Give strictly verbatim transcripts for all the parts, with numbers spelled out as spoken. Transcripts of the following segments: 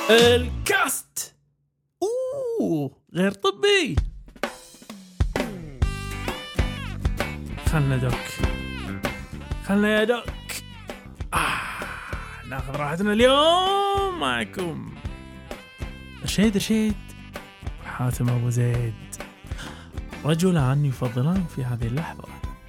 الكاست اوه غير طبي. خلنا دوك خلنا يا دوك آه. ناخذ راحتنا اليوم معكم رشيد رشيد حاتم أبو زيد، رجلان يفضلان في هذه اللحظة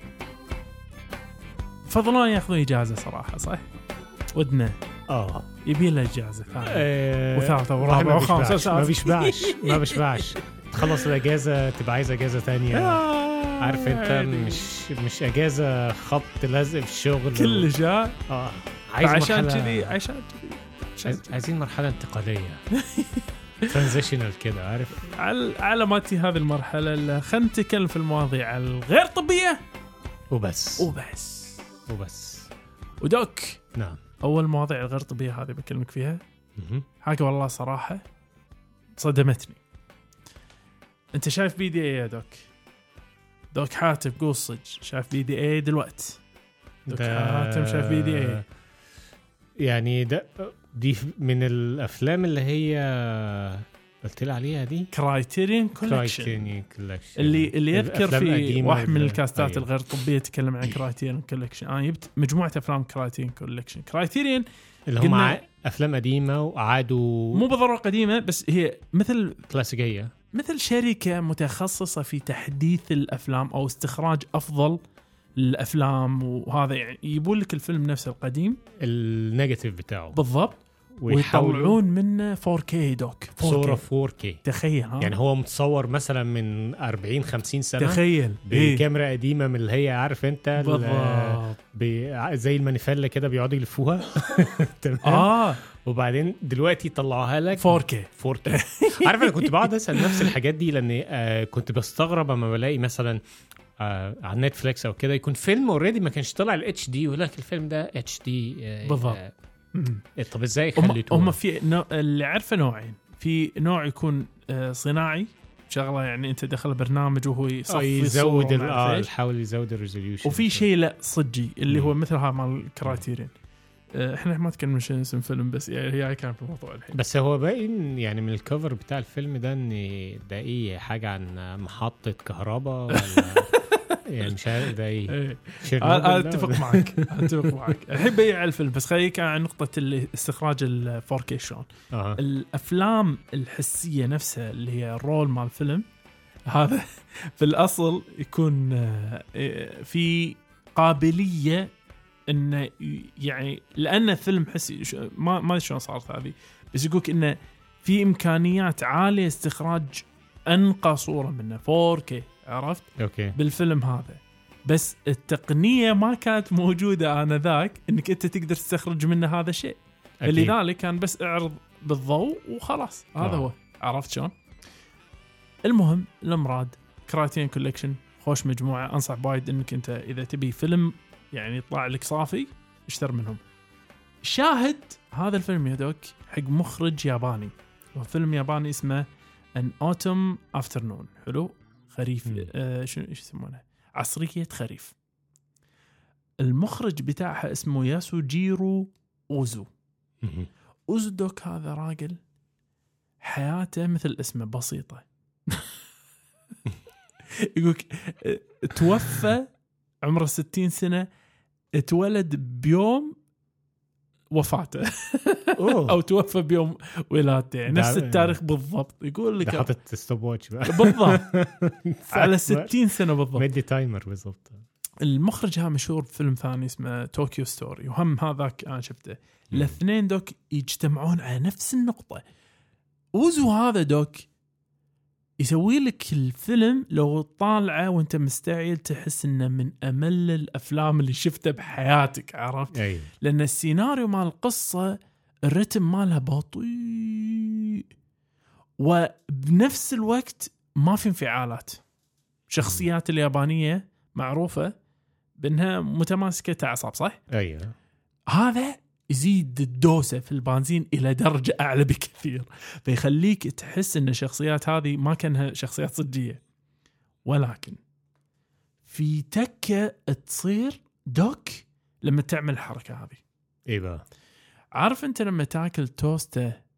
يفضلون يأخذون إجازة صراحة. صح ودنا اه يبي له إجازة ثانية آه، وثالثة ورابعة وخامسة. ما بيشبعش ما بيشبعش تخلص الأجازة تبقى عايز أجازة تانية. آه عارف انت يعني مش مش أجازة خط لازق في الشغل كل شيء. اه عايز عشان مرحلة- كذي عشان كذي عايز- عايزين مرحلة انتقالية ترانزيشنال كده، عارف. على على ما تي هذه المرحلة اللي خلينا نتكلم في المواضيع الغير طبية وبس وبس وبس ودوك. نعم. أول مواضيع الغير طبية هذه بكلمك فيها مهم. حاجة والله صراحة صدمتني. أنت شايف بي دي اي يا دوك؟ دوك حاتم قول صج شايف بي دي اي دلوقتي؟ دوك ده- حاتم شايف بي دي اي؟ يعني ده دي من الأفلام اللي هي قلت لي عليها دي كرايتيريان كولكشن كرايتيريان كولكشن اللي اللي يذكر الأفلام في القديمة واحد من اللي- الكاستات أيوة. الغير طبية تكلم عن كرايتيريان كولكشن. أنا جبت مجموعة أفلام كرايتيريان كولكشن. كرايتيريان اللي هم قلنا- ع- أفلام قديمة وقعدوا مو بالضرورة قديمة، بس هي مثل كلاسيكية. مثل شركة متخصصة في تحديث الأفلام أو استخراج أفضل الأفلام، وهذا يعني يبون لك الفيلم نفسه القديم النيجاتيف بتاعه بالضبط ويحولوا ويطلعون منه فور كي دوك فور كي. صورة فور كي. تخيل ها؟ يعني هو متصور مثلا من أربعين خمسين سنة تخيل إيه؟ بكاميرا قديمة من اللي هي عارف انت ال- بالضبط بي- زي المانيفيلا كده بيقعدوا يلفوها تمام. آه وبعدين دلوقتي طلعوها لك فور كي. فور كي. عارف انا كنت بقعد اسال نفس الحاجات دي لان آه كنت بستغرب اما بلاقي مثلا آه على نتفليكس او كده يكون فيلم اوريدي ما كانش طلع الاتش دي ويقول لك الفيلم ده اتش دي. بالضبط. مم. طب ازاي هم خليتوه؟ هم في نوع اللي عارفه نوعين. في نوع يكون آه، صناعي شغله، يعني انت دخل برنامج وهو آه، يصفي يزود الصورة ال- وما أعرف اه إيش. يحاول يزود الريزوليوشن. وفي شيء لا صجي اللي مم. هو مثل هذا مال الكرايتيريان. آه، احنا ما تكلمنا شيء اسم فيلم، بس يعني هي كان في الموضوع الحين. بس هو باين يعني من الكفر بتاع الفيلم ده ان ده ايه حاجه عن محطه كهرباء ولا يعني مش عارف ده ايه. ايه شيرنوبل انا ده اتفق ولا؟ معك اتفق معك الحين بيع الفيلم، بس خليك عن نقطه اللي استخراج ال فور كي شلون. آه. الافلام الحسيه نفسها اللي هي الرول مال الفيلم هذا في الاصل يكون آه، في قابليه انه يعني لان الفيلم حسي ش- ما ما أدري شلون صارت هذه، بس يقولك انه في امكانيات عاليه استخراج انقى صوره منه فور كي، عرفت؟ اوكي. بالفيلم هذا، بس التقنيه ما كانت موجوده انذاك انك انت تقدر تستخرج منه هذا الشيء. أكيد. لذلك كان بس اعرض بالضوء وخلاص. هذا آه. هو، عرفت شلون؟ المهم الامراض كرايتيريان كولكشن خوش مجموعه، انصح وايد انك انت اذا تبي فيلم يعني يطلع لك صافي اشتر منهم. شاهد هذا الفيلم يا دوك حق مخرج ياباني، وفيلم ياباني اسمه ان اوتوم افترنون. حلو خريف مم. آه شو ايش يسمونه عصريه خريف. المخرج بتاعها اسمه ياسوجيرو اوزو. مهم. اوزو دوك هذا راجل حياته مثل اسمه بسيطه. يقولك آه، توفى عمره ستين سنة، اتولد بيوم وفاته أوه. او توفى بيوم ولادته، يعني ده- نفس التاريخ بالضبط. يقول ده لك حاطط ستوب واتش بقى بالضبط على ستين سنة بالضبط. مدي تايمر بالضبط. المخرج ها مشهور بفيلم ثاني اسمه طوكيو ستوري، وهم هذاك انا شفته. الاثنين دوك يجتمعون على نفس النقطة. اوزو هذا دوك يسوي لك الفيلم لو طالعه وانت مستعجل تحس انه من امل الافلام اللي شفتها بحياتك، عرفت؟ اي لان السيناريو مال القصه الرتم مالها بطيء، وبنفس الوقت ما في انفعالات. شخصيات اليابانيه معروفه بانها متماسكه اعصاب، صح؟ ايوه. هذا يزيد الدوسة في البنزين إلى درجة أعلى بكثير، فيخليك تحس أن الشخصيات هذه ما كانها شخصيات صجية، ولكن في تكة تصير دوك لما تعمل الحركة هذه. ايه بقى؟ عارف أنت لما تاكل توستة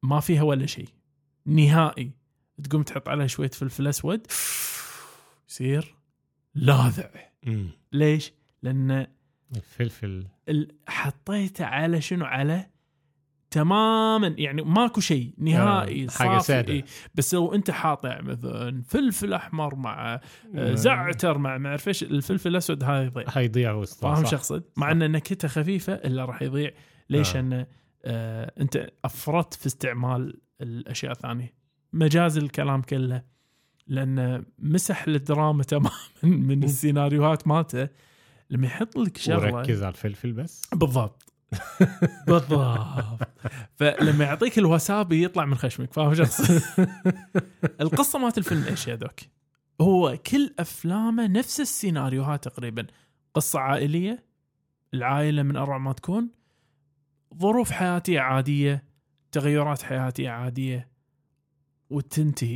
ما فيها ولا شيء نهائي. تقوم تحط عليها شوية فلفل أسود يصير لاذع. مم. ليش؟ لأن الفلفل حطيته على شنو؟ على تماما يعني ماكو شيء نهائي، آه. حاجة سادة. إيه. بس لو انت حاط يعني مثلا فلفل احمر مع آه. زعتر مع ما اعرف ايش، الفلفل الاسود هاي يضيع هيضيع وسطه. فاهم شخصد؟ مع ان نكهته خفيفه الا راح يضيع. ليش؟ آه. انه آه انت افرطت في استعمال الاشياء الثانيه. مجاز الكلام كله، لان مسح الدراما تماما من السيناريوهات مالته لما يحط لك شغله وركز على الفلفل بس. بالضبط بالضبط. فلما يعطيك الوسابي يطلع من خشمك. فاهم شخص؟ القصة مات الفيلم ايش يا دوك؟ هو كل افلامه نفس السيناريوهات تقريبا. قصة عائلية، العائلة من اروع ما تكون، ظروف حياتية عادية، تغيرات حياتية عادية، وتنتهي.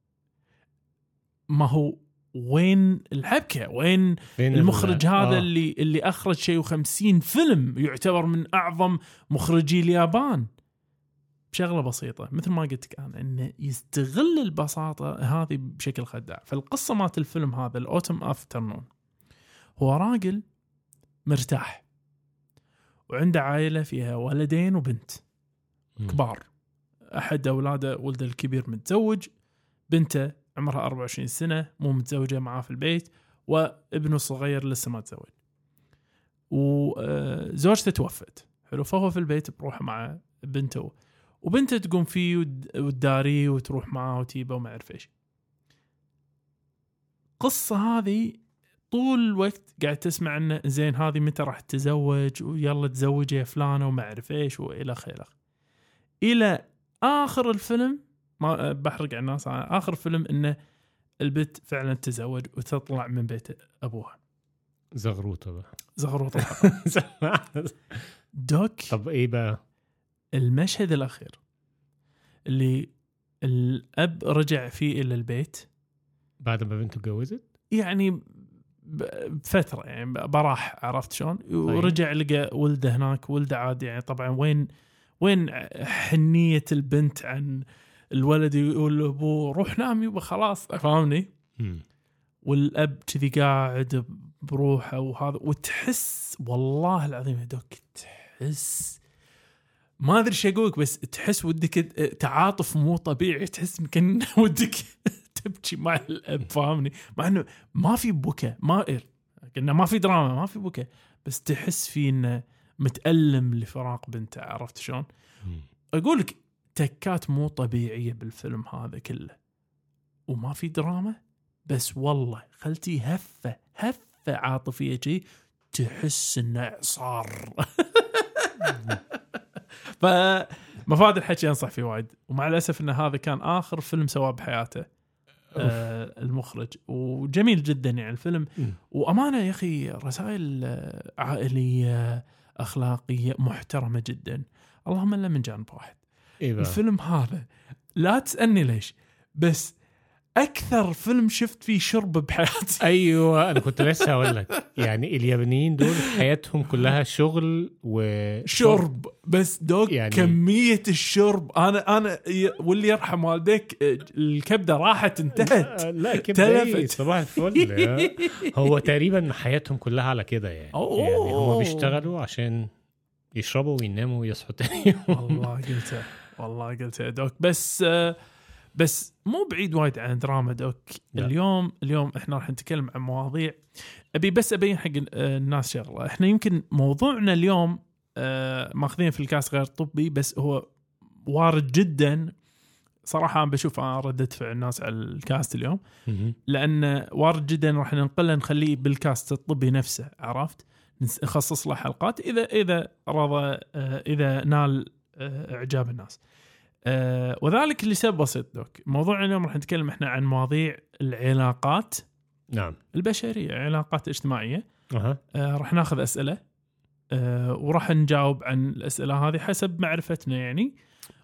ما هو وين الحبكة؟ وين المخرج هذا آه. اللي اللي أخرج شيء وخمسين فيلم يعتبر من أعظم مخرجي اليابان بشغلة بسيطة مثل ما قلت أنا، إنه يستغل البساطة هذه بشكل خداع. فالقصة مات الفيلم هذا الأوتم أفترنون، هو راجل مرتاح وعنده عائلة فيها ولدين وبنت كبار. أحد أولاده ولده الكبير متزوج، بنته عمرها أربعة وعشرين سنة مو متزوجة معاه في البيت، وابنه الصغير لسه ما تزوج، وزوجته توفت. حلو. فهو في البيت بروح مع بنته، وبنته تقوم فيه وتداريه وتروح معاه وتيبه وما أعرف إيش. قصة هذه طول الوقت قاعد تسمع إنه زين هذه متى راح تتزوج، ويلا تزوج يا فلانة وما أعرف إيش وإلى خيره. إلى آخر الفيلم، ما بحرق على الناس، آخر فيلم إنه البنت فعلا تزوج وتطلع من بيت أبوها. زغروطة بقى. زغروطة دوك. طب إيه بقى المشهد الأخير اللي الأب رجع فيه إلى البيت بعد ما بنته تجوزت؟ يعني بفترة يعني براح، عرفت شلون؟ ورجع لقى ولده هناك، ولده عادي يعني. طبعا وين وين حنية البنت عن الولد يقول له أبوه روح نام يبا خلاص، فاهمني؟ م. والأب كذي قاعد بروحه وهذا، وتحس والله العظيم يا دوك، تحس ما أدري شو أقولك، بس تحس ودك تعاطف مو طبيعي، تحس كأن ودك تبكي مع الأب، فاهمني؟ مع إنه ما في بكى، ما إر كأنه ما في دراما، ما في بكى، بس تحس فيه إنه متألم لفراق بنته، عرفت شلون؟ أقولك تكات مو طبيعية بالفيلم هذا كله، وما في دراما، بس والله خلتي هفة هفة عاطفية جي، تحس إنه إعصار. فمفاد الحكي أنصح فيه وايد، ومع الأسف إن هذا كان آخر فيلم سواه بحياته آه المخرج، وجميل جدا يعني الفيلم. وأمانة يا أخي رسائل عائلية أخلاقية محترمة جدا، اللهم إلا من جانب واحد. إيه الفيلم هذا لا تسألني ليش، بس أكثر فيلم شفت فيه شرب بحياتي. أيوة أنا كنت لسه هقول لك، يعني اليابانيين دول حياتهم كلها شغل وشرب، بس دوك يعني كمية الشرب، أنا أنا واللي يرحم والديك الكبدة راحت انتهت. لا كبدة صباح الفل. هو تقريبا حياتهم كلها على كده يعني. يعني هم بيشتغلوا عشان يشربوا ويناموا ويصحوا تاني. والله قلتها والله قلتها دوك، بس بس مو بعيد وايد عن دراما دوك. لا. اليوم اليوم احنا راح نتكلم عن مواضيع، ابي بس ابين حق الناس شغله. احنا يمكن موضوعنا اليوم ماخذين في الكاس غير طبي، بس هو وارد جدا صراحه انا بشوف انا ردت فعل الناس على الكاست اليوم، لان وارد جدا راح ننقله نخليه بالكاست الطبي نفسه، عرفت؟ نخصص له حلقات اذا اذا رضى، اذا نال اعجاب الناس. أه وذلك لسبب بسيط دوك. موضوعنا اليوم راح نتكلم احنا عن مواضيع العلاقات نعم البشرية، علاقات اجتماعية. أه. أه راح ناخذ أسئلة أه وراح نجاوب عن الأسئلة هذه حسب معرفتنا يعني،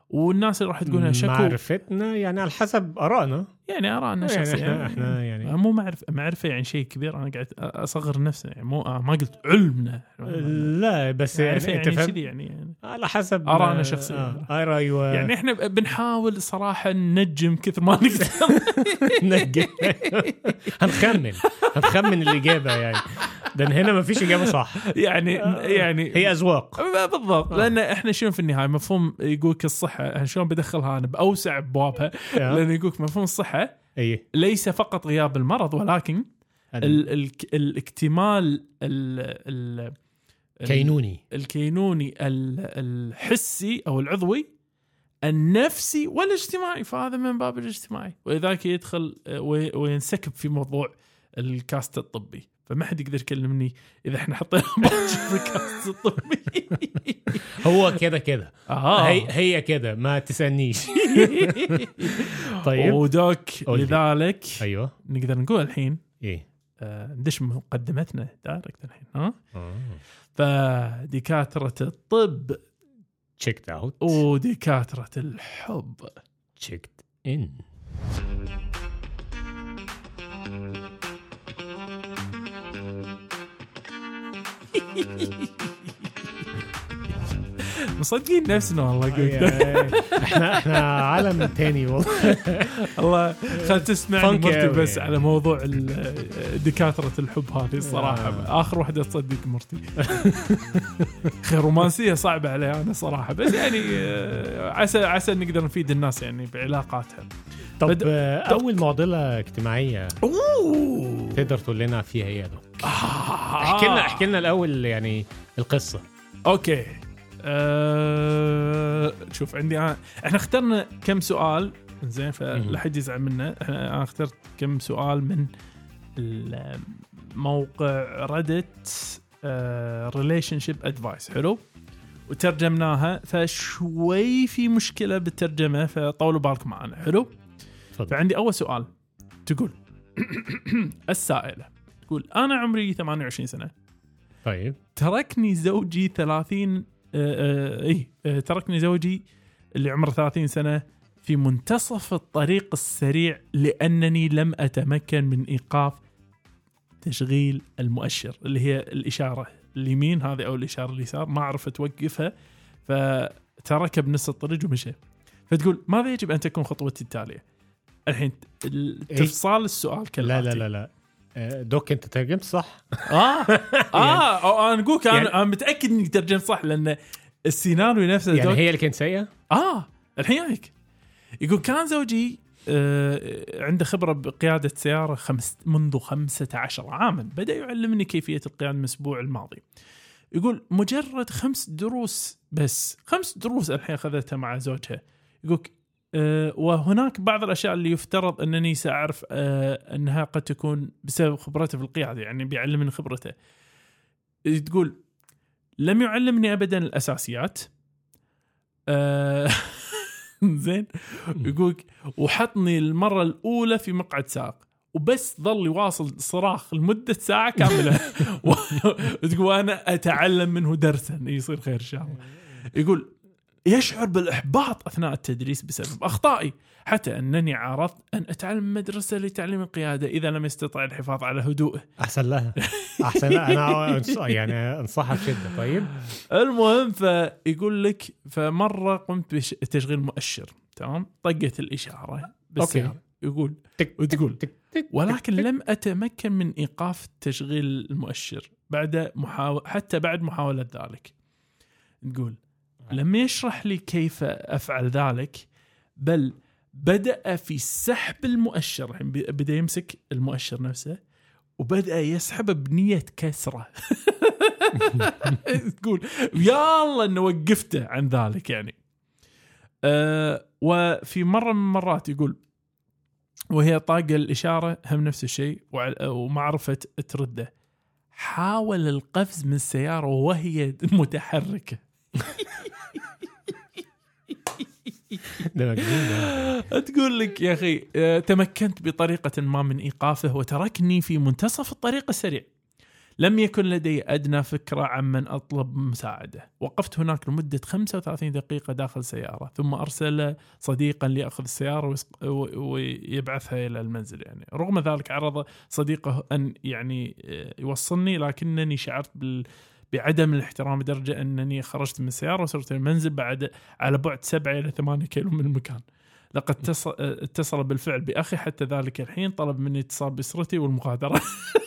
والناس اللي راح تقولها شكو معرفتنا يعني على حسب آرائنا يعني آرائنا يعني شخصيا احنا, احنا يعني مو معرفة معرفة يعني شيء كبير. أنا قاعد أصغر نفسي يعني مو ما قلت علمنا لا بس يعني, يعني, يعني, يعني, يعني, يعني على حسب آرائنا شخصيا آه آه أيوة. يعني إحنا بنحاول صراحة ننجم كثر ما نقدر ننجم هنخمن هنخمن الإجابة يعني ده هنا ما فيش إجابة صح يعني يعني هي أذواق بالضبط. لأن إحنا شنو في النهاية مفهوم يقولك الصحة شلون بدخلها أنا بأوسع أبوابها لأن يقولك مفهوم الصحة أيه. ليس فقط غياب المرض ولكن ال ال الاكتمال ال كينوني الكينوني الحسي أو العضوي النفسي والاجتماعي. فهذا من باب الاجتماعي ولذلك يدخل وينسكب في موضوع الكاست الطبي. فما حد يقدر يكلمني إذا إحنا حطينا باج في الكاست الطبي. هو كده كده آه. هي هي كده ما تسألنيش. طيب ودوك لذلك أيوة نقدر نقول الحين إيه آه ندش مقدمتنا دايركت الحين ها آه. فدكاترة الطب checked out ودكاترة الحب checked in. مصدقين نفسنا والله قلت احنا احنا عالم تاني والله. الله خل تسمعني مرتي بس على موضوع دكاترة الحب هذه الصراحة اخر واحدة تصدق مرتي. خير رومانسية صعبة عليها انا صراحة بس يعني عسى عسى نقدر نفيد الناس يعني بعلاقاتها. طب اول معضلة اجتماعية أوه. تقدر تقول لنا فيها ايه يا دوك؟ احكي لنا احكي لنا الاول يعني القصة. اوكي أه... شوف عندي أنا... احنا اخترنا كم سؤال زين فلا حد يزعل منا. احنا انا اخترت كم سؤال من الموقع ريدت ريليشنشيب ادفايس حلو وترجمناها فشوي في مشكلة بالترجمة فطولوا بالكم معنا حلو. فضل. فعندي اول سؤال تقول السائلة تقول انا عمري ثمانية وعشرين سنة طيب تركني زوجي ثلاثين آه اي آه تركني زوجي اللي عمره ثلاثين سنة في منتصف الطريق السريع لأنني لم أتمكن من إيقاف تشغيل المؤشر اللي هي الإشارة اليمين هذه أو الإشارة اليسار ما عرفت توقفها فتركب نص الطريق ومشى. فتقول ماذا يجب أن تكون خطوتي التالية الحين تفصال السؤال كالآتي. لا لا لا لا دوك انت ترجمت صح. اه اه انا اقولك انا يعني متاكد انك ترجمت صح لان السيناريو نفسه يعني هي اللي كانت سيئه. اه الحين هيك يقول كان زوجي آه عنده خبره بقياده سياره خمس منذ خمسة عشر عاما بدا يعلمني كيفيه القياده من الاسبوع الماضي. يقول مجرد خمس دروس بس خمس دروس الحين اخذتها مع زوجها. يقول أه وهناك بعض الأشياء اللي يفترض أنني سأعرف أه أنها قد تكون بسبب خبرته في القيادة يعني بيعلمني خبرته. تقول لم يعلمني أبدا الأساسيات أه زين. يقول وحطني المرة الأولى في مقعد سائق وبس ظل يواصل صراخ لمدة ساعة كاملة. وتقول أنا أتعلم منه درسا يصير خير إن شاء الله. يقول يشعر بالإحباط أثناء التدريس بسبب أخطائي حتى أنني عرفت أن أتعلم مدرسة لتعليم القيادة إذا لم يستطع الحفاظ على هدوءه. أحسن لها أحسن لها أنا يعني أنصحها بشدة. طيب المهم فيقول لك فمرة قمت بتشغيل مؤشر تمام طقت الإشارة بالسيارة يقول وتقول ولكن لم أتمكن من إيقاف تشغيل المؤشر بعد محاولة حتى بعد محاولة ذلك. تقول لم يشرح لي كيف أفعل ذلك بل بدأ في سحب المؤشر بدأ يمسك المؤشر نفسه وبدأ يسحب بنية كسرة. تقول يلا إنه وقفته عن ذلك يعني. أه وفي مرة من المرات يقول وهي طاقة الإشارة هم نفس الشيء وما عرفت ترده حاول القفز من السيارة وهي متحركة. تقول لك يا أخي تمكنت بطريقة ما من إيقافه وتركني في منتصف الطريق السريع لم يكن لدي أدنى فكرة عمن أطلب مساعدة. وقفت هناك لمدة خمسة وثلاثين دقيقة داخل سيارة، ثم أرسل صديقا ليأخذ السيارة ويبعثها إلى المنزل. يعني رغم ذلك عرض صديقه أن يعني يوصلني، لكنني شعرت بال بعدم الاحترام بدرجة أنني خرجت من السيارة وصرت المنزل بعد على بعد سبعة إلى ثمانية كيلو من المكان. لقد اتصل بالفعل بأخي حتى ذلك الحين، طلب مني اتصال بأسرتي والمغادرة.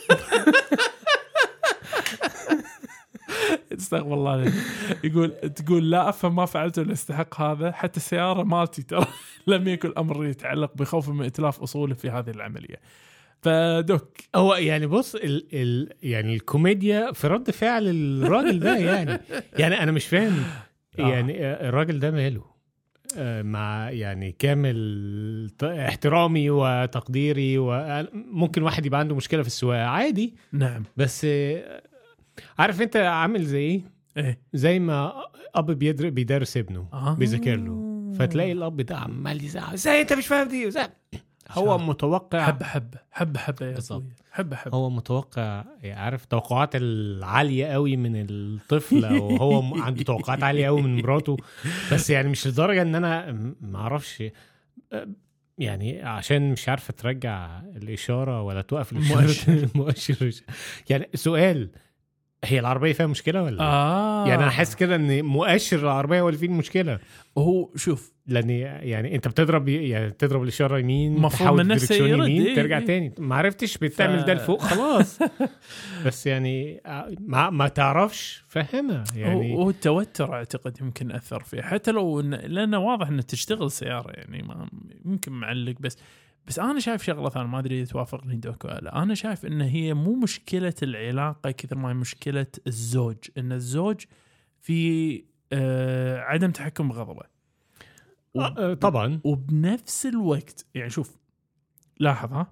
استغفر الله. يقول تقول لا أفهم ما فعلته لاستحق هذا، حتى السيارة مالتي ترى لم يكن الأمر يتعلق بخوف من إتلاف أصولي في هذه العملية. فدوك هو يعني بص ال ال يعني الكوميديا في رد فعل الراجل ده يعني يعني أنا مش فاهم يعني الراجل ده ماله مع يعني كامل احترامي وتقديري، وممكن واحد يبقى عنده مشكلة في السواقة عادي. نعم. بس عارف انت عامل زي ايه؟ ايه زي ما اب بيدر بيدرس ابنه آه. بيذاكر له، فتلاقي الاب ده عمال يزعق ازاي انت مش فاهم دي ازاي. هو متوقع حب حب حب حب يا أخوي حب حب. هو متوقع عارف توقعات العالية قوي من الطفل، وهو عنده توقعات عالية قوي من مراته، بس يعني مش لدرجة ان انا ما اعرفش يعني عشان مش عارفة ترجع الإشارة ولا توقف الإشارة المؤشر. يعني سؤال، هي العربية فيها مشكلة ولا؟ آه. يعني أنا حاسس كده إن مؤشر العربية هو اللي فيه المشكلة. وهو شوف لأن يعني أنت بتضرب يعني تضرب الإشارة يمين، مفروض من نفسه يرد يمين، ترجع تاني، ما عرفتش بتعمل ف... ده لفوق خلاص. بس يعني ما ما تعرفش فهمها يعني. هو التوتر أعتقد يمكن أثر فيه، حتى لو إن لأنه واضح إنه تشتغل سيارة يعني ما يمكن معلق. بس بس أنا شايف شغلة ثانية، ما أدري توافقني دوك ولا. أنا شايف إن هي مو مشكلة العلاقة كثر ما هي مشكلة الزوج، إن الزوج في آه عدم تحكم بغضبه. وب... طبعا. وبنفس الوقت يعني شوف لاحظ ها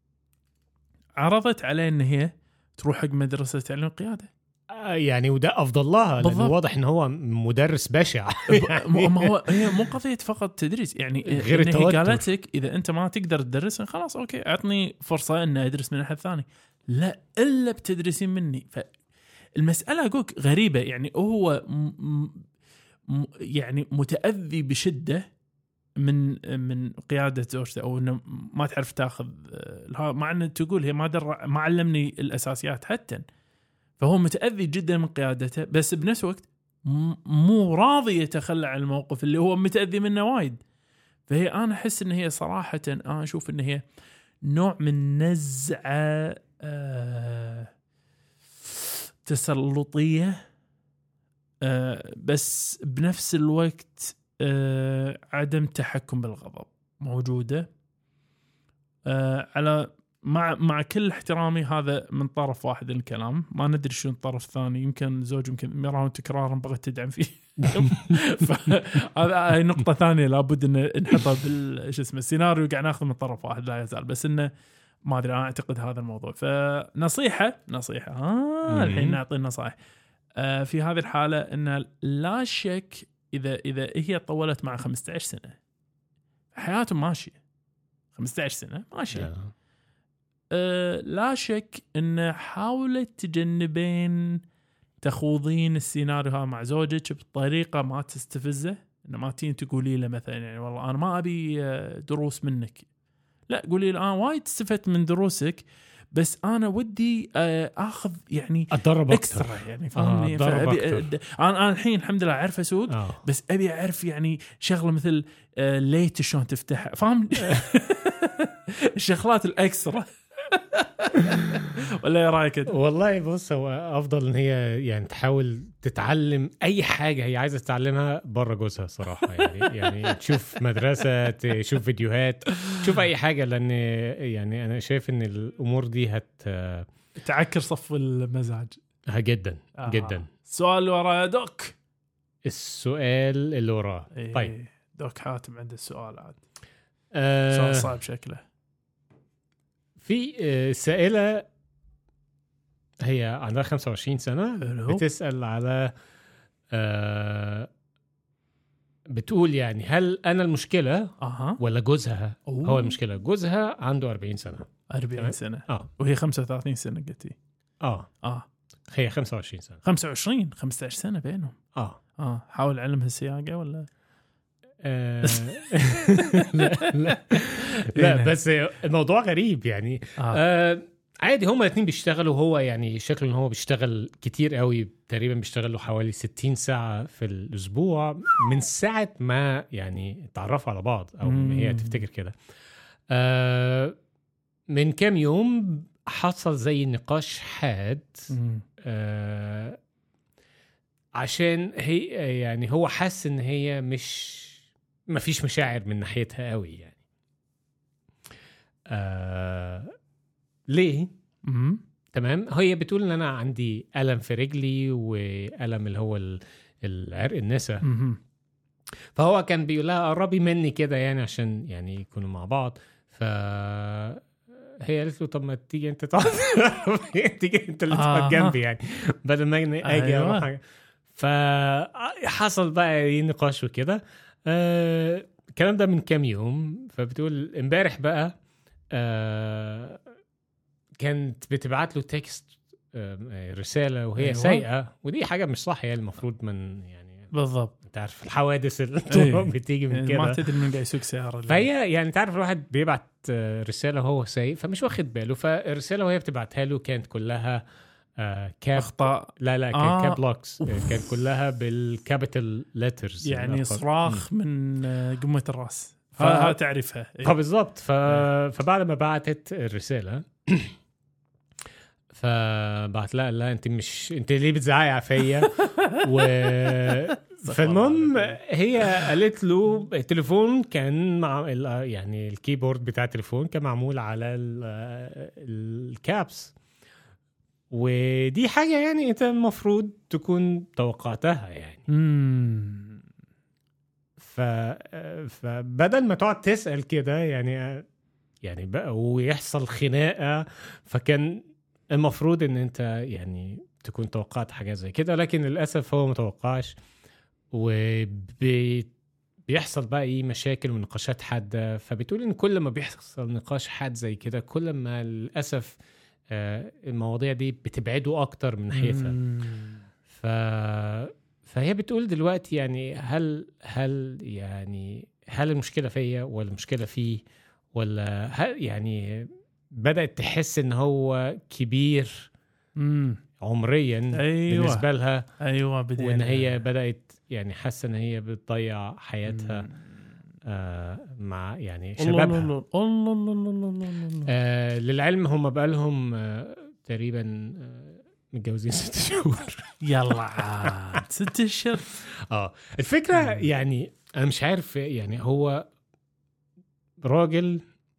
عرضت عليه إن هي تروح حق مدرسة تعليم القيادة يعني، وده أفضل لها لأنه واضح إنه هو مدرس بشع. ما هو هي مو قضية فقط تدريس يعني، غير التوتر. هي قالت لك إذا أنت ما تقدر تدرس خلاص أوكي أعطني فرصة إن أدرس من أحد ثاني. لا إلا بتدرسين مني. فالمسألة أقولك غريبة يعني. هو م م يعني متأذي بشدة من من قيادة زوجته، أو إنه ما تعرف تأخذ، مع أنه تقول هي ما در ما علمني الأساسيات حتى. فهو متأذي جدا من قيادته، بس بنفس الوقت مو راضي يتخلى عن الموقف اللي هو متأذي منه وايد. فهي أنا أحس إن هي صراحة أنا أشوف إن هي نوع من نزعة آه تسلطية، آه بس بنفس الوقت آه عدم تحكم بالغضب موجودة. آه على مع مع كل احترامي هذا من طرف واحد الكلام، ما ندري شو الطرف الثاني، يمكن زوج يمكن يراون تكرارا بغت تدعم فيه. هذا هاي نقطة ثانية لابد ان نحطها بال شو اسمه السيناريو، قاعد ناخذ من طرف واحد لا يزال، بس انه ما ادري انا اعتقد هذا الموضوع. فنصيحة نصيحة ها الحين نعطي النصائح آه في هذه الحالة، ان لا شك اذا اذا هي طولت مع خمسة عشر سنة حياتهم ماشية، خمسة عشر سنة ماشية، أه لا شك إن حاولت تجنبين تخوضين السيناريو ها مع زوجك بطريقة ما تستفزه. إن ما تين تقولي له مثلا يعني والله أنا ما أبي دروس منك، لا قولي له أنا وايد استفدت من دروسك، بس أنا ودي أخذ يعني أتدرب أكثر يعني فهمني. آه فأبي أنا أنا الحين الحمد لله أعرف أسوق آه. بس أبي أعرف يعني شغلة مثل آه ليت شلون تفتح، فاهم؟ الشغلات الأكثر. ولا ايه رايك؟ والله بص هو افضل ان هي يعني تحاول تتعلم اي حاجه هي عايزه تتعلمها بره جوزها صراحه يعني يعني تشوف مدرسه، تشوف فيديوهات، تشوف اي حاجه، لان يعني انا شايف ان الامور دي هت تعكر صف المزاج جدا آه. جدا. السؤال اللي وراه دوك، السؤال اللي وراه إيه طيب دوك حاتم عنده السؤال عاد آه سؤال صعب شكله. في سائلة هي عندها خمسة وعشرين سنة بتسأل على آه بتقول يعني هل أنا المشكلة أه. ولا جوزها؟ أوه. هو المشكلة جوزها عنده أربعين سنة. أربعين سنة آه. وهي خمسة وثلاثين سنة قلتي آه آه هي خمسة وعشرين سنة. خمسة وعشرين خمسة عشر سنة بينهم. اه اه حاول علمها السياقة ولا آه. لا لا لا بس الموضوع غريب يعني. آه. آه عادي هما الاثنين بيشتغلوا. هو يعني شكله ان هو بيشتغل كتير قوي، تقريبا بيشتغل له حوالي ستين ساعة في الاسبوع من ساعة ما يعني تعرفوا على بعض او مم. هي تفتكر كده. آه من كام يوم حصل زي نقاش حاد آه عشان هي يعني هو حس ان هي مش ما فيش مشاعر من ناحيتها قوي يعني. آه ليه؟ مم. تمام. هي بتقول ان انا عندي ألم في رجلي وألم اللي هو ال- العرق النسا. مم. فهو كان بيقول لها قربي مني كده يعني عشان يعني يكونوا مع بعض. ف هي قالت له طب ما تيجي انت تقعد تيجي انت اللي تقعد آه. جنبي يعني بدل ما اجي اجي أيوة. اروح حاجة. فحصل بقى نقاش وكده. آه الكلام ده من كام يوم. فبتقول امبارح بقى آه كانت بتبعت له تكست آه رسالة وهي أيوة. سايقة، ودي حاجة مش صح يعني. المفروض من يعني بالضبط. انت عارف الحوادث اللي أيه. بتيجي من ما كده. تدري من قاعد يسوق سيارة. فهي يعني تعرف الواحد بيبعت آه، رسالة وهو سايق فمش واخد باله. فالرسالة وهي بتبعتها له كانت كلها آه كاب أخطاء. لا لا كان آه. كاب لوكس. كانت كلها بالكابيتال ليترز يعني صراخ من آه، قمة الراس. ف- ها تعرفها. إيه. فبالضبط. ف... فبعد ما بعتت الرسالة فبعت لها لا انت مش انت ليه بتزعقي فيا و فالمهم هي قالت له التليفون كان مع ال- يعني الكيبورد بتاع التليفون كان معمول على ال- الكابس، ودي حاجة يعني انت المفروض تكون توقعتها يعني. مم. ف... فبدل ما تقعد تسأل كده يعني يعني بقى ويحصل خناقة، فكان المفروض ان انت يعني تكون توقعت حاجة زي كده، لكن للأسف هو متوقعش. وبيحصل بقى ايه مشاكل ونقاشات حادة. فبتقول ان كل ما بيحصل نقاش حاد زي كده كل ما للأسف آه المواضيع دي بتبعده اكتر من ناحيتها. ف... فهي بتقول دلوقتي يعني هل هل يعني هل المشكلة فيا ولا المشكلة فيه، ولا هل يعني بدأت تحس ان هو كبير مم. عمريا أيوة. بالنسبة لها. أيوة بدينا. وان هي بدأت يعني حاسة ان هي بتضيع حياتها آه مع يعني شبابها. الله الله الله الله الله الله الله. آه للعلم هم بقالهم آه تقريبا آه متجوزين ست شهور. يلا عاد ست اشهر. اه الفكرة يعني انا مش عارف يعني هو راجل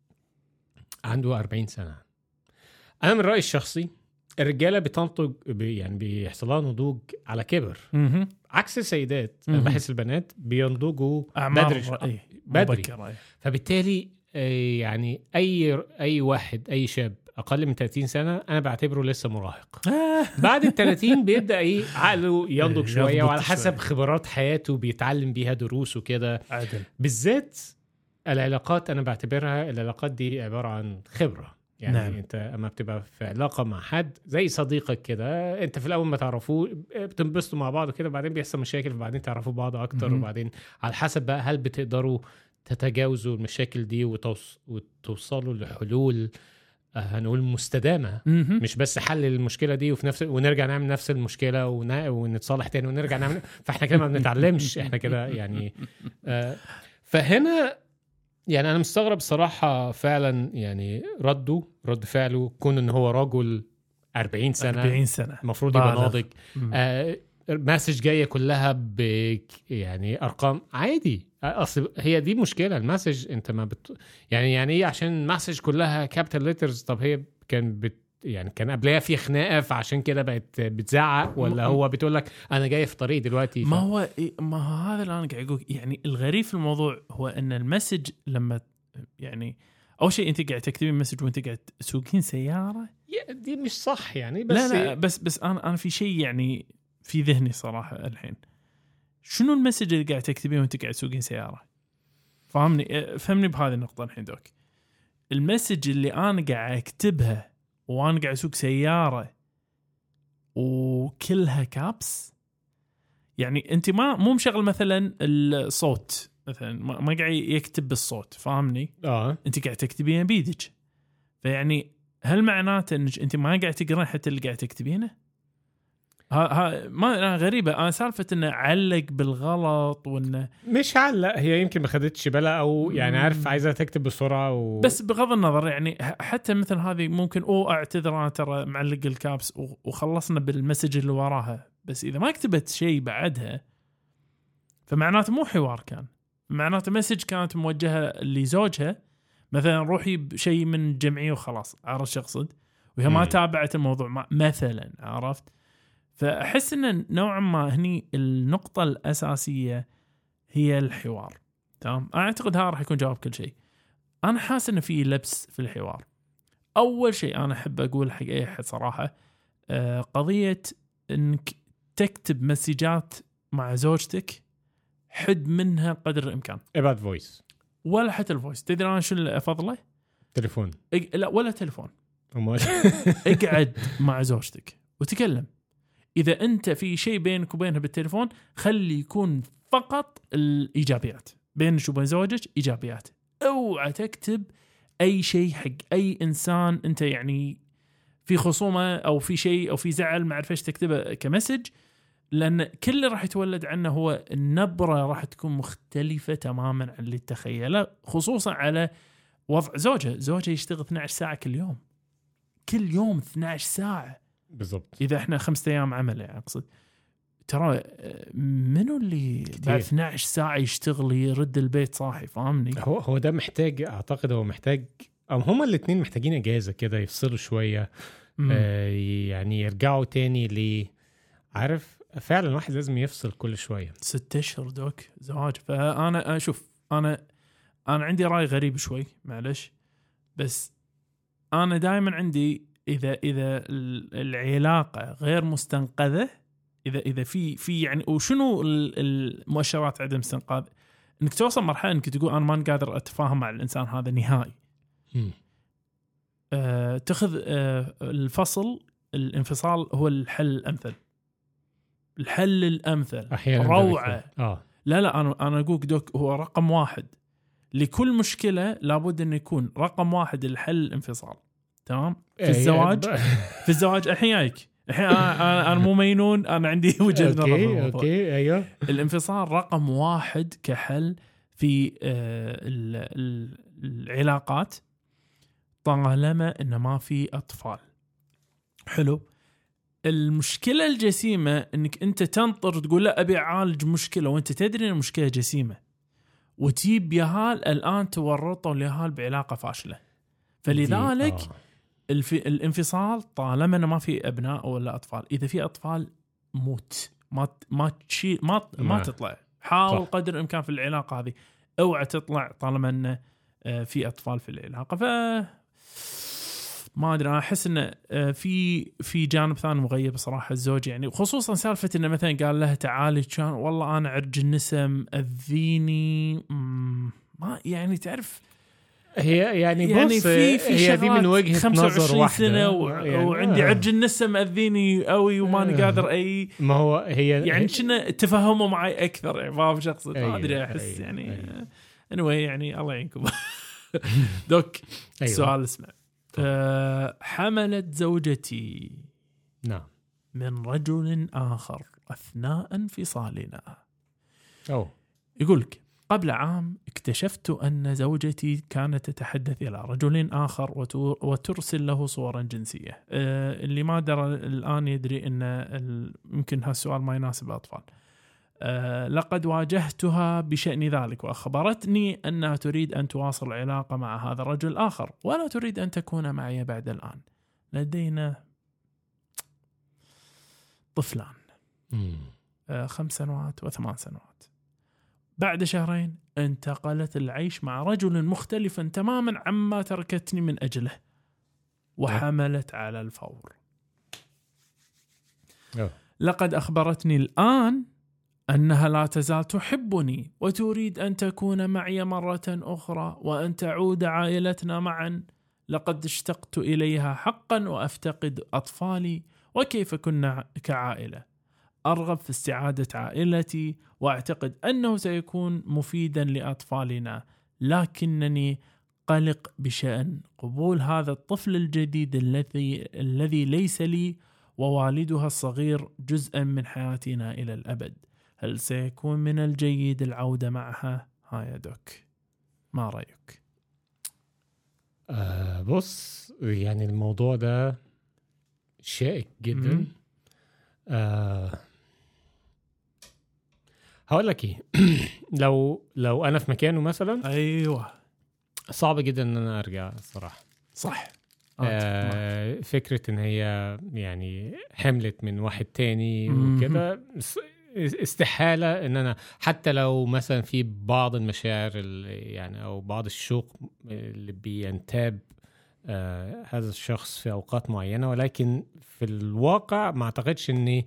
عنده أربعين سنة. انا من رأيي الشخصي الرجالة بتنضج يعني بيحصل لها نضوج على كبر مهم. عكس السيدات. انا مهم. بحس البنات بينضجوا أعمار بدري رأي. بدري. مبكرة. فبالتالي آه، يعني اي اي واحد اي شاب اقل من ثلاثين سنة انا بعتبره لسه مراهق. بعد ال ثلاثين بيبدا ايه عقله ينضج شويه، يضبط وعلى حسب شوية. خبرات حياته بيتعلم بيها دروس وكده. عدل. بالذات العلاقات انا بعتبرها العلاقات دي عباره عن خبره يعني. نعم. نعم. انت اما بتبقى في علاقه مع حد زي صديقك كده، انت في الاول ما تعرفوه بتنبسطوا مع بعض كده، بعدين بيحصل مشاكل وبعدين تعرفوا بعض اكتر. مم. وبعدين على حسب بقى هل بتقدروا تتجاوزوا المشاكل دي وتوص... وتوصلوا لحلول آه، هنقول مستدامه، مهم. مش بس حل المشكله دي وفي نفس ونرجع نعمل نفس المشكله ون... ونتصالح تاني ونرجع نعمل. فاحنا كده ما بنتعلمش احنا كده يعني. آه فهنا يعني انا مستغرب صراحه فعلا يعني رده رد فعله كون ان هو رجل أربعين سنة أربعين سنة المفروض يبقى بالغ. ناضج. مم. آه مسج جايه كلها ب يعني ارقام عادي. اصل هي دي مشكله المسج انت ما بت يعني يعني ايه عشان مسج كلها كابيتال ليترز. طب هي كان بت يعني كان قبلها في خناقه فعشان كده بقت بتزعق، ولا هو بتقول لك انا جاي في طريق دلوقتي ف... ما هو ما هو هذا اللي انا قاعد اقول. يعني الغريب في الموضوع هو ان المسج لما يعني اول شيء انت قاعد تكتبين مسج وانت قاعد تسوقين سياره. يا دي مش صح يعني. بس لا لا بس بس انا انا في شيء يعني في ذهني صراحه الحين. شنو المسج اللي قاعد تكتبين وانت قاعد تسوقين سياره؟ فهمني فهمني بهذه النقطه الحين دوك. المسج اللي انا قاعد اكتبها وانا قاعد اسوق سياره وكلها كابس. يعني انت ما مو مشغل مثلا الصوت مثلا ما قاعد يكتب بالصوت فاهمني اه انت قاعد تكتبينه بيدك فيعني هل معناته انك انت ما قاعد تقرا حتى اللي قاعد تكتبينه؟ ها ها ما غريبه انا سالفه انه علق بالغلط وانه مش علق هي يمكن ما خدتش بالها او يعني عارف عايزه تكتب بسرعه و... بس بغض النظر يعني حتى مثل هذه ممكن او اعتذر انا ترى معلق الكابس وخلصنا بالمسج اللي وراها بس اذا ما كتبت شيء بعدها فمعناته مو حوار كان معناته مسج كانت موجهه لزوجها مثلا روحي بشيء من الجمعيه وخلاص عرفت شو اقصد وهي ما تابعت الموضوع مثلا عرفت. فأحس أن نوعا ما هني النقطة الأساسية هي الحوار. تمام أعتقد هذا راح يكون جواب كل شيء. أنا حاسس أن في لبس في الحوار. أول شيء أنا أحب أقول حق أي أحد صراحة آه قضية أنك تكتب مسجات مع زوجتك حد منها قدر الإمكان. ابعت فويس ولا حتى الفويس. تدري أنا شو اللي أفضله؟ تليفون. إج... لا ولا تليفون. اقعد مع زوجتك وتكلم. إذا أنت في شيء بينك وبينها بالتليفون خلي يكون فقط الإيجابيات بينك وبين زوجك إيجابيات. أوعى تكتب أي شيء حق أي إنسان أنت يعني في خصومة أو في شيء أو في زعل ما عرفش تكتبه كمسج لأن كل اللي راح يتولد عنه هو النبرة راح تكون مختلفة تماما عن اللي تخيله خصوصا على وضع زوجه. زوجه يشتغل اثنتي عشرة ساعة كل يوم كل يوم اثنتي عشرة ساعة بالضبط. إذا إحنا خمسة أيام عمل يعني أقصد ترى منو اللي كتير. بعد اثنتي عشرة ساعة يشتغل يرد البيت صاحي فاهمني. هو هو ده محتاج أعتقد هو محتاج أو هما الاثنين محتاجين إجازة كده يفصلوا شوية آه يعني يرجعوا تاني ل عارف فعلا واحد لازم يفصل كل شوية. ستة أشهر دوك زواج. فأنا أشوف أنا أنا عندي رأي غريب شوي معلش بس أنا دائما عندي إذا إذا العلاقة غير مستنقذة إذا إذا في في يعني وشنو المؤشرات عدم استنقاذ إنك توصل مرحلة إنك تقول أنا ما قادر أتفاهم مع الإنسان هذا نهائي. آه تأخذ آه الفصل الانفصال هو الحل الأمثل. الحل الأمثل روعة. آه. لا لا أنا أنا أقولك دوك هو رقم واحد لكل مشكلة لابد أن يكون رقم واحد الحل الانفصال. تمام في الزواج في الزواج الحين جايك الحين انا انا مو مينون انا عندي وجهه نظر. اوكي اوكي ايوه الانفصال رقم واحد كحل في العلاقات طالما انه ما في اطفال. حلو. المشكله الجسيمه انك انت تنطر تقول لا ابي اعالج مشكله وانت تدري ان المشكله جسيمه وتجيب يهال الان تورطوا اليهال بعلاقه فاشله. فلذلك آه. الف... الانفصال طالما انه ما في ابناء ولا اطفال. اذا في اطفال موت ما ما تشيل ما ما, ما تطلع. حاول صح. قدر الامكان في العلاقه هذه اوعى تطلع طالما انه في اطفال في العلاقه. ف ما ادري انا احس انه في في جانب ثاني مغيب صراحه الزوج يعني خصوصا سالفه انه مثلا قال لها تعالي كان والله انا عرج النسم اذيني ما يعني تعرف هي يعني, يعني بص في في هي دي من وجهة نظر واحدة سنة و... يعني وعندي آه. عرج النسم أذيني قوي وما آه. قادر أي ما هو هي يعني شنو تفهموا معي أكثر يعني ما في شخص ما أدري أحس أيه يعني أيه. anyway يعني الله يعينكم. دوك أيوة. سؤال اسمع أه حملت زوجتي نعم من رجل آخر أثناء انفصالنا. أوه. يقولك قبل عام اكتشفت أن زوجتي كانت تتحدث إلى رجل آخر وترسل له صورا جنسية. أه اللي ما درى الآن يدري أن يمكن هالسؤال ما يناسب الأطفال. أه لقد واجهتها بشأن ذلك وأخبرتني أنها تريد أن تواصل العلاقة مع هذا الرجل الآخر ولا تريد أن تكون معي بعد الآن. لدينا طفلان أه خمس سنوات وثمان سنوات. بعد شهرين انتقلت العيش مع رجل مختلف تماما عما تركتني من أجله وحملت على الفور. لقد أخبرتني الآن أنها لا تزال تحبني وتريد أن تكون معي مرة أخرى وأن تعود عائلتنا معا. لقد اشتقت إليها حقا وأفتقد أطفالي وكيف كنا كعائلة. أرغب في استعادة عائلتي وأعتقد أنه سيكون مفيدا لأطفالنا، لكنني قلق بشأن قبول هذا الطفل الجديد الذي الذي ليس لي ووالدها الصغير جزءا من حياتنا إلى الأبد. هل سيكون من الجيد العودة معها؟ ها يا دوك، ما رأيك؟ آه بص، يعني الموضوع ده شائك جدا. آه هقول لك ايه. لو لو انا في مكانه مثلا، ايوه صعب جدا ان انا ارجع الصراحه. صح. آه فكره ان هي يعني حملت من واحد تاني وكده، استحاله ان انا حتى لو مثلا في بعض المشاعر يعني او بعض الشوق اللي بينتاب آه هذا الشخص في اوقات معينه، ولكن في الواقع ما اعتقدش ان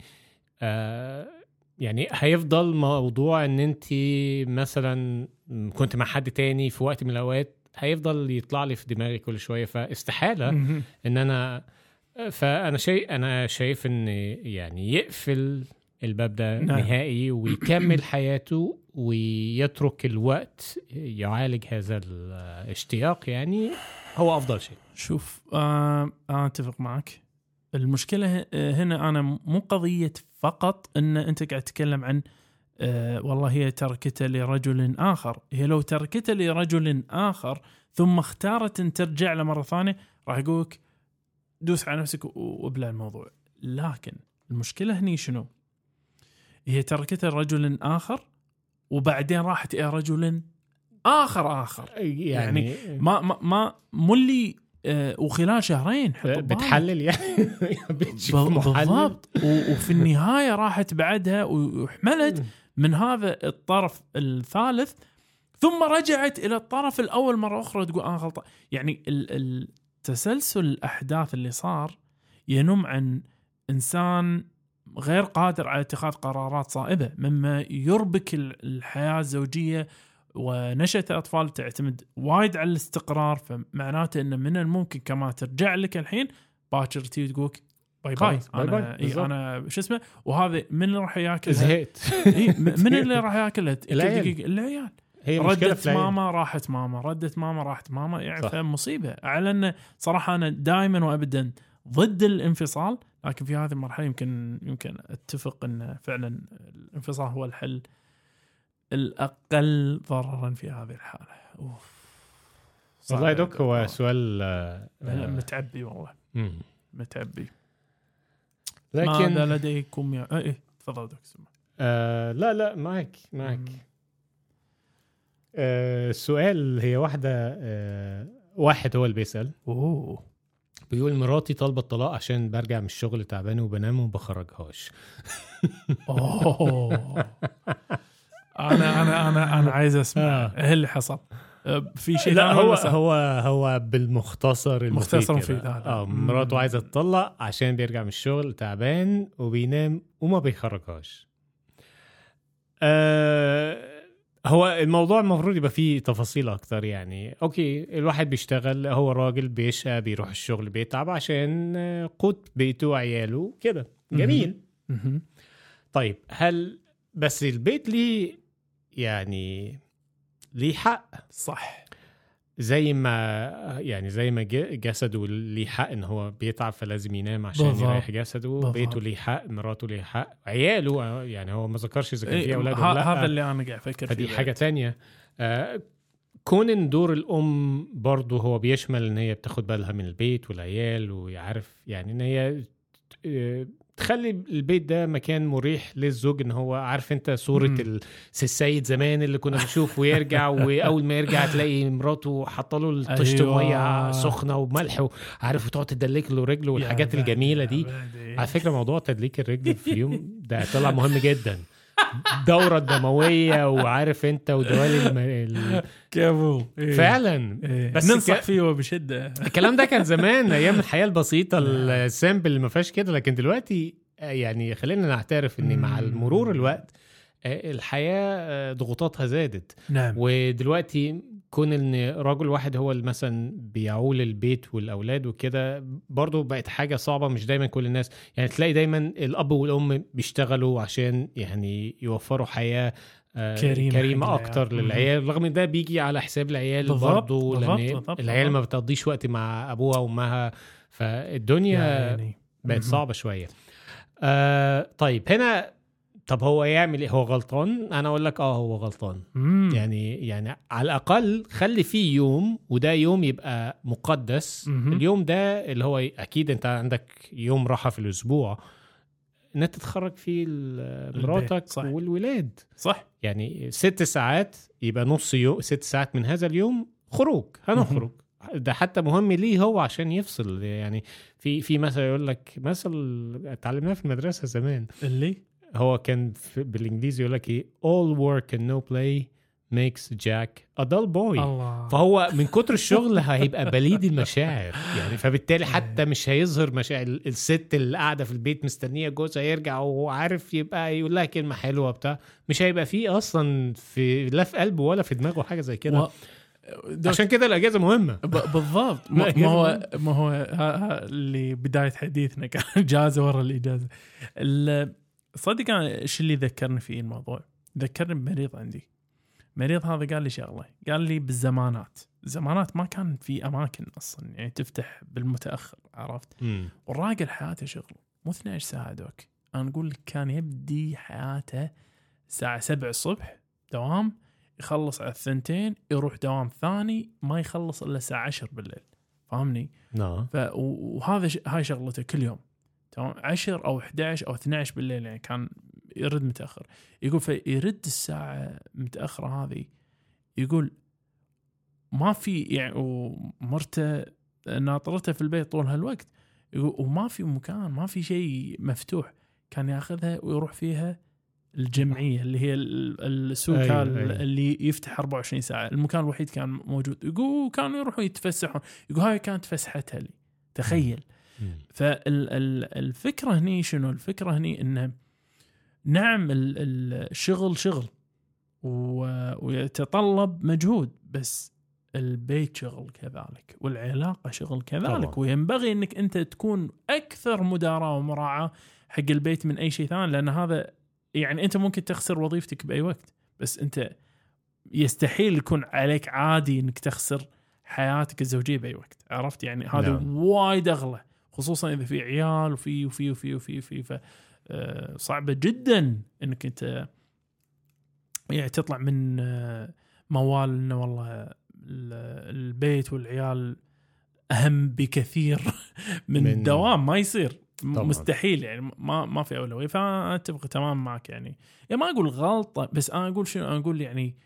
آه يعني هيفضل موضوع ان انت مثلا كنت مع حد تاني في وقت من الاوقات هيفضل يطلع لي في دماغي كل شويه، فاستحاله ان انا فانا شيء انا شايف ان يعني يقفل الباب ده نعم. نهائي ويكمل حياته ويترك الوقت يعالج هذا الاشتياق، يعني هو افضل شيء. شوف آه انا اتفق معك. المشكله هنا انا مو قضيه فقط ان انت قاعد تتكلم عن آه والله هي تركته لرجل آخر. هي لو تركته لرجل آخر ثم اختارت ان ترجع له مرة ثانية، راح يقولك دوس على نفسك وابلع الموضوع. لكن المشكلة هني شنو؟ هي تركته لرجل آخر وبعدين راحت إلى رجل آخر آخر يعني, يعني ما ما ما مولي آه وخلال شهرين بتحلل يعني بالضبط. وفي النهاية راحت بعدها وحملت من هذا الطرف الثالث، ثم رجعت إلى الطرف الأول مرة أخرى تقول أنا غلطان. يعني التسلسل الأحداث اللي صار ينم عن إنسان غير قادر على اتخاذ قرارات صائبة، مما يربك الحياة الزوجية ونشأة الأطفال تعتمد وايد على الاستقرار. فمعناته أن من الممكن كما ترجع لك الحين باكر تيجي تقولك باي باي انا إيه انا شو اسمه، وهذا من اللي راح ياكل زهقت إيه من اللي راح ياكلها العيال. العيال هي ردت ماما راحت ماما ردت ماما راحت ماما يعني مصيبه. على ان صراحه انا دائما وابدا ضد الانفصال، لكن في هذه المرحله يمكن يمكن اتفق ان فعلا الانفصال هو الحل الاقل ضررا في هذه الحاله. اوف والله دوك هو سؤال آه متعبي والله مم. متعبي. لكن ماذا لديكم يا ايه تفضل دكتور؟ آه لا لا معك معك آه السؤال هي واحدة آه واحد هو اللي بيسأل. اوه بيقول مراتي طالبة الطلاق عشان برجع من الشغل تعبان وبنام وبخرجهاش. اوه انا انا انا انا عايز اسمع ايه اللي حصل. في شيء لا هو هو هو بالمختصر مختصر في اه مراته عايزه تطلق عشان بيرجع من الشغل تعبان وبينام وما بيخرجهاش. آه هو الموضوع المفروض يبقى فيه تفاصيل اكتر. يعني اوكي الواحد بيشتغل، هو راجل بيشقى بيروح الشغل بيتعب عشان قوت بيته وعياله كده، جميل. طيب هل بس البيت ليه يعني ليه حق؟ صح. زي ما يعني زي ما جسده ليه حق ان هو بيتعب فلازم ينام عشان بالضبط. يريح جسده. بالضبط. بيته ليه حق، مراته ليه حق، عياله يعني هو ما ذكرش اذا كان فيه اولاد ولا لا. هذا اللي انا قاعد افكر فيه. فدي حاجه تانية. آه كون ان دور الام برضو هو بيشمل ان هي بتاخد بالها من البيت والعيال، ويعرف يعني ان هي آه تخلي البيت ده مكان مريح للزوج. ان هو عارف انت صورة السيد زمان اللي كنا بنشوف ويرجع واول ما يرجع تلاقي مراته حاطه له الطشت أيوة. ميه سخنه وملح، عارف، وتقعد تدلك له رجله والحاجات الجميله دي. على فكره موضوع تدليك الرجل في اليوم ده طلع مهم جدا. الدورة الدموية وعارف انت ودوال ال... كيفو إيه. فعلا إيه. بس ننصح ك... فيه بشدة. الكلام ده كان زمان ايام الحياة البسيطة السامبل اللي ما فيهاش كده. لكن دلوقتي يعني خلينا نعترف ان مع المرور الوقت الحياة ضغوطاتها زادت. نعم. ودلوقتي كون ان رجل واحد هو اللي مثلا بيعول البيت والاولاد وكده برضو بقت حاجه صعبه. مش دايما كل الناس يعني تلاقي دايما الاب والام بيشتغلوا عشان يعني يوفروا حياه كريمه, كريمة اكتر للعيال، رغم ان ده بيجي على حساب العيال برضو، لان العيال ما بتقضيش وقت مع ابوها وامها، فالدنيا يعني بقت صعبه شويه. آه طيب هنا طب هو يعمل ايه؟ هو غلطان؟ انا اقول لك اه هو غلطان. مم. يعني يعني على الاقل خلي فيه يوم، وده يوم يبقى مقدس. مم. اليوم ده اللي هو اكيد انت عندك يوم راحه في الاسبوع ان انت تتخرج فيه مراتك صح. والولاد صح، يعني ست ساعات يبقى نص يوم، ست ساعات من هذا اليوم خروج، هنخرج. مم. ده حتى مهم ليه هو عشان يفصل. يعني في في مثل يقول لك، مثل اتعلمناه في المدرسه زمان، اللي هو كان بالانجليزي يقول لك ايه all work and no play makes Jack a dull boy. الله. فهو من كتر الشغل هيبقى بليد المشاعر يعني، فبالتالي حتى مش هيظهر مشاعر. الست اللي قاعده في البيت مستنيه جوزها يرجع وهو عارف يبقى يقول لها كلمه حلوه بتاع، مش هيبقى فيه اصلا في لا في قلبه ولا في دماغه حاجه زي كده. و... عشان كده الاجازه مهمه. بالضبط. ما هو ما هو اللي بدايه حديثنا كان اجازه ورا الاجازه. صدق أنا إيش اللي ذكرني في الموضوع؟ ذكرني بمريض عندي. مريض هذا قال لي شغله، قال لي بالزمانات زمانات ما كان في أماكن أصلا يعني تفتح بالمتأخر، عرفت؟ مم. والراجل حياته شغل مو اثنتي عشرة ساعة دوك. أنا أقول لك كان يبدي حياته الساعة سبعة الصبح دوام، يخلص على الثنتين يروح دوام ثاني ما يخلص إلا الساعة عشر بالليل، فهمني؟ نعم. وهذا ش... هاي شغلته كل يوم تمام، عشر أو إحدى عشر أو اثنتي عشر بالليل يعني كان يرد متأخر. يقول فيرد الساعة متأخرة هذه، يقول ما في يعني، ومرته ناطرته في البيت طول هالوقت، يقول وما في مكان، ما في شيء مفتوح. كان ياخذها ويروح فيها الجمعية اللي هي السوق أيه أيه. اللي يفتح أربعة وعشرين ساعة، المكان الوحيد كان موجود. يقول كانوا يروحوا يتفسحون، يقول هاي كانت فسحتها لي، تخيل. فالفكرة هني شنو؟ الفكرة هني إنه نعم الشغل شغل ويتطلب مجهود، بس البيت شغل كذلك، والعلاقة شغل كذلك طبعا. وينبغي إنك أنت تكون أكثر مداراة ومراعاة حق البيت من أي شيء ثاني، لأن هذا يعني أنت ممكن تخسر وظيفتك بأي وقت، بس أنت يستحيل يكون عليك عادي إنك تخسر حياتك الزوجية بأي وقت، عرفت؟ يعني هذا نعم. وايد أغلى، خصوصا إذا في عيال وفي وفي وفي وفي وفي, وفي صعبة جدا إنك أنت يعني تطلع من موال إنه والله البيت والعيال أهم بكثير من, من الدوام. ما يصير طبعا. مستحيل يعني، ما ما في أولوية. فأتفق تمام معك يعني. يعني ما أقول غلطة، بس أنا أقول شنو؟ أنا أقول يعني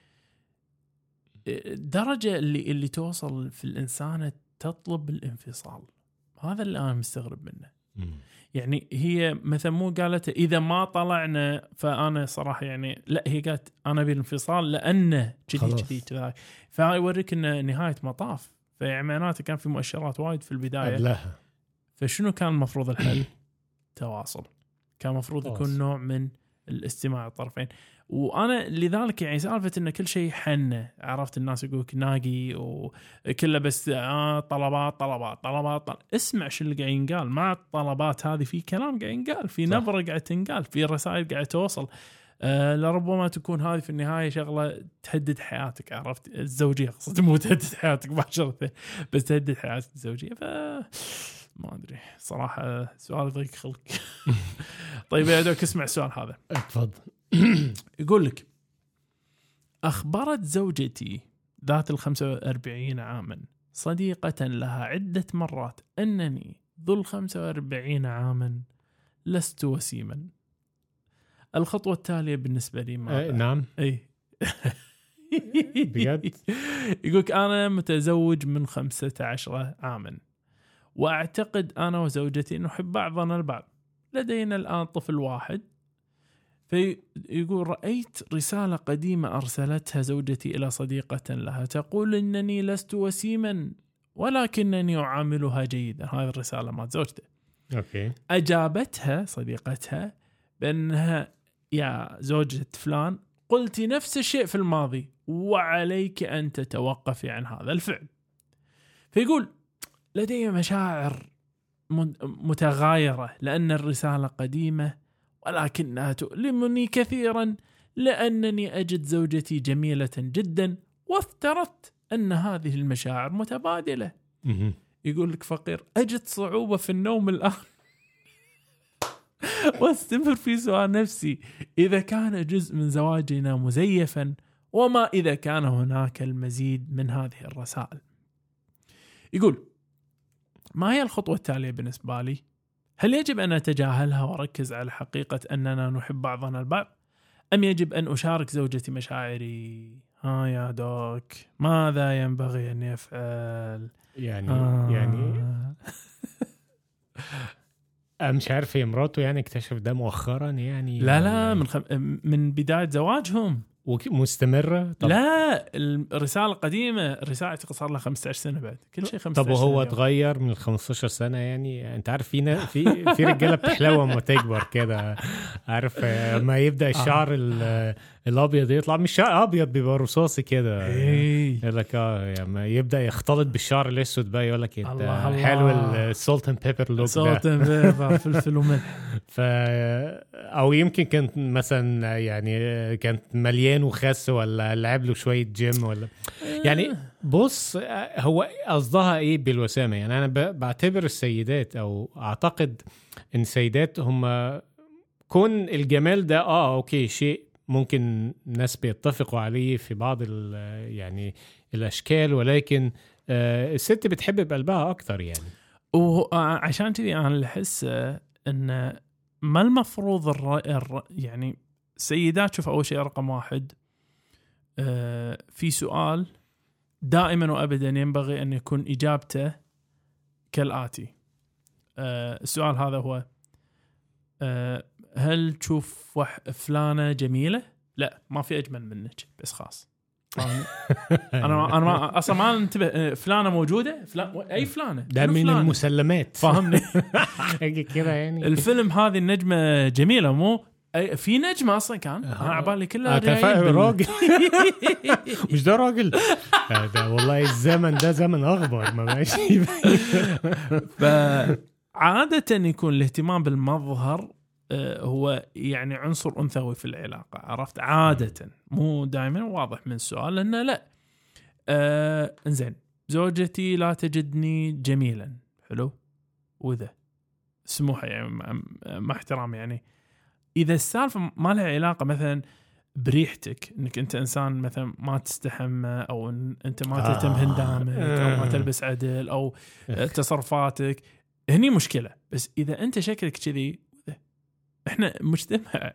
الدرجة اللي اللي توصل في الإنسان تطلب الانفصال، هذا اللي أنا مستغرب منه. م. يعني هي مثلا مو قالت إذا ما طلعنا، فأنا صراحة يعني لا، هي قالت أنا بالانفصال لأنه جديد جديد كذا، فيوريك إن نهاية مطاف. فيعني معناته كان في مؤشرات وايد في البداية قبلها. فشنو كان المفروض الحل؟ تواصل. كان مفروض يكون نوع من الاستماع الطرفين. وأنا لذلك يعني سالفة إن كل شيء حنة، عرفت الناس يقولك ناقي وكله بس آه طلبات طلبات طلبات طلب. اسمع شو اللي قاعد ينقال مع الطلبات هذه، في كلام قاعد ينقال، في نبرة قاعد تنقال، في رسائل قاعد توصل. آه لربما تكون هذه في النهاية شغلة تهدد حياتك، عرفت؟ الزوجية قصدي، مو تهدد حياتك بشرته، بس تهدد حياتك الزوجية. ف ما أدري صراحة، سؤال ضيق خلق. طيب يا دوك اسمع السؤال هذا، اتفضل. يقول لك أخبرت زوجتي ذات الخمسة وأربعين عاما صديقة لها عدة مرات أنني ذو الخمسة وأربعين عاما لست وسيما. الخطوة التالية بالنسبة لي ما أه نعم أي بجد. يقولك أنا متزوج من خمسة عشر عاما، وأعتقد أنا وزوجتي نحب بعضنا البعض، لدينا الآن طفل واحد. فيقول رأيت رسالة قديمة أرسلتها زوجتي إلى صديقة لها تقول إنني لست وسيما ولكنني أعاملها جيدا. هذه الرسالة مع زوجته. أوكي. أجابتها صديقتها بأنها يا زوجة فلان قلتي نفس الشيء في الماضي وعليك أن تتوقفي عن هذا الفعل. فيقول لدي مشاعر متغايرة لأن الرسالة قديمة، ولكنها تؤلمني كثيرا لأنني أجد زوجتي جميلة جدا، وافترضت أن هذه المشاعر متبادلة. يقول لك فقير أجد صعوبة في النوم الآن واستمر في سؤال نفسي إذا كان جزء من زواجنا مزيفا، وما إذا كان هناك المزيد من هذه الرسائل. يقول ما هي الخطوة التالية بالنسبة لي؟ هل يجب أن أتجاهلها وأركز على حقيقة أننا نحب بعضنا البعض، أم يجب أن أشارك زوجتي مشاعري؟ ها يا دوك، ماذا ينبغي أن يفعل؟ يعني آه. يعني مش عارف هي مراته يعني اكتشف ده مؤخرا يعني؟ لا لا من خم... من بداية زواجهم مستمرة. طب لا الرسالة قديمة، الرسالة صار لها خمسة عشر سنة بعد كل شيء خمسة عشر طب وهو سنة تغير من خمسة عشر سنة يعني؟ انت عارف في في في رجالة بتحلوة ما تكبر كده، عارف ما يبدأ الشعر آه. الابيض يطلع مش شعر ابيض بيبقى رصاصي كده، يقول لك اه يعني يبدأ يختلط بالشعر الاسود بقى يقول لك انت حلو السولت اند بيبر لوك، سولت اند بيبر فلفل وملح. ف او يمكن كانت مثلا يعني كانت مليان وخس، ولا لعب له شويه جيم، ولا يعني بص هو قصدها ايه بالوسامه. يعني انا بعتبر السيدات او اعتقد ان السيدات هم كون الجمال ده اه اوكي شيء ممكن ناس بيتفقوا عليه في بعض يعني الاشكال، ولكن آه الست بتحب بقلبها اكتر يعني. وعشان كذي انا احس ان ما المفروض الرأي الر... يعني سيدات شوف أول شيء رقم واحد آه في سؤال دائما وأبدا ينبغي أن يكون إجابته كالآتي. آه السؤال هذا هو آه هل تشوف وح... فلانة جميلة؟ لا ما في أجمل منك بس خاص. أنا أنا ما أصلا ما انتبه فلانة موجودة فلان أي فلانة ده من فلانة. المسلمات فاهمني كده يعني. الفيلم هذه النجمة جميلة مو في نجمة أصلا كان أنا عبالي كلها آه راجل مش ده راجل ده والله الزمن ده زمن أخبر ما ماشي. فعادة يكون الاهتمام بالمظهر هو يعني عنصر أنثوي في العلاقة، عرفت؟ عادة مو دائما واضح من السؤال لأنه لا آه إنزين زوجتي لا تجدني جميلا، حلو، وإذا سموحة يعني مع احترام يعني إذا السالفة ما لها علاقة مثلا بريحتك، إنك أنت إنسان مثلا ما تستحمى أو إن أنت ما تهتم هندامك أو ما تلبس عدل أو تصرفاتك، هني مشكلة. بس إذا أنت شكلك كذي، إحنا مجتمع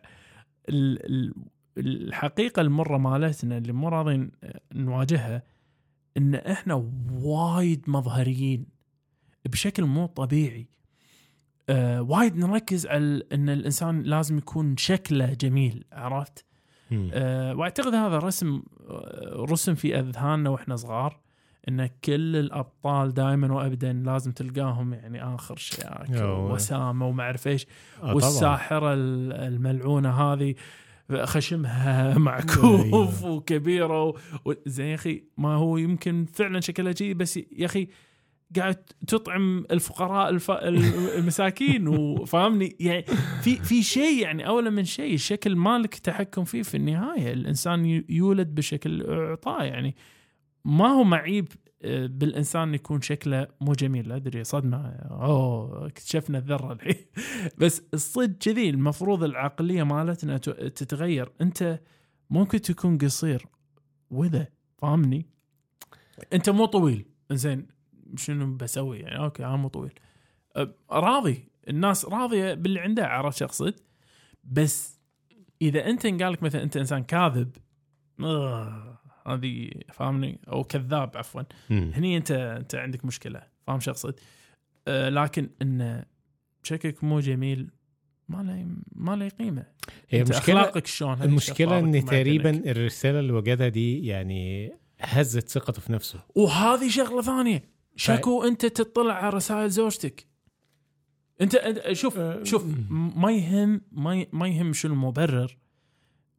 الحقيقة المرة مالتنا اللي مو راضين نواجهها إن إحنا وايد مظهريين بشكل مو طبيعي. آه، وايد نركز على ان الانسان لازم يكون شكله جميل، عرفت؟ آه، واعتقد هذا رسم رسم في اذهاننا واحنا صغار ان كل الابطال دائما وابدا لازم تلقاهم يعني اخر شياك وسامه وما اعرف ايش، والساحره الملعونه هذه خشمها معكوف وكبيره زين. يا اخي ما هو يمكن فعلا شكلها جي، بس يا اخي قاعد تطعم الفقراء الف... المساكين وفاهمني يعني في في شيء يعني اولا من شيء الشكل مالك تحكم فيه في النهايه. الانسان يولد بشكل اعطاه، يعني ما هو معيب بالانسان يكون شكله مو جميل. ادري صدمه اوه اكتشفنا الذره الحين بس الصدق كذي المفروض العقليه مالتنا تتغير. انت ممكن تكون قصير وذا فاهمني، انت مو طويل زين شنو بسوي يعني؟ اوكي انا مو طويل، راضي، الناس راضيه باللي عنده، عرفت شخصيت. بس اذا انت قالك مثلا انت انسان كاذب آه هذه فاهمني، او كذاب عفوا، هني انت انت عندك مشكله، فاهم شخصيت. آه لكن ان شكلك مو جميل ما له ما له قيمه. هي المشكله شلون المشكله ان تقريبا الرساله اللي وجدها دي يعني هزت ثقته في نفسه. وهذه شغله ثانيه، شكو انت تطلع على رسائل زوجتك، انت شوف شوف ما يهم ما ما يهم شو المبرر،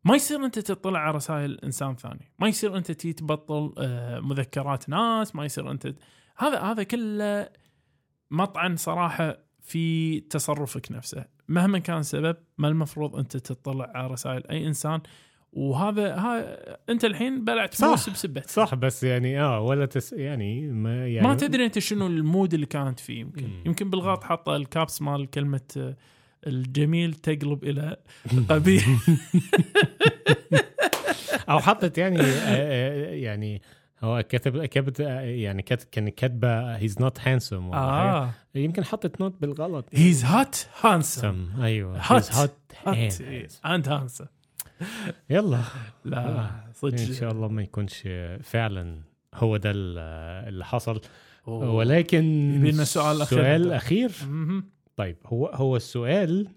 ما يصير أنت تطلع على رسائل إنسان ثاني، ما يصير أنت تي تبطل مذكرات ناس، ما يصير أنت هذا هذا كله مطعن صراحة في تصرفك نفسه مهما كان السبب. ما المفروض أنت تطلع على رسائل أي إنسان، وهذا ها أنت الحين بلعت موس بسبت صح، بس يعني آه ولا تس يعني ما يعني ما تدري أنت شنو المود اللي كانت فيه. يمكن م. يمكن بالغلط حط الكابس مال كلمة الجميل تقلب إلى قبيح أو حطت يعني يعني هو كتب كتب يعني كت كان كاتبه he's not handsome آه. يمكن حطت نوت بالغلط he's hot handsome. أيوة hot he's hot and handsome. يلا لا صدق إن شاء الله ما يكونش فعلا هو ده اللي حصل. أوه. ولكن يبينا سؤال أخير. سؤال أخير. طيب هو هو السؤال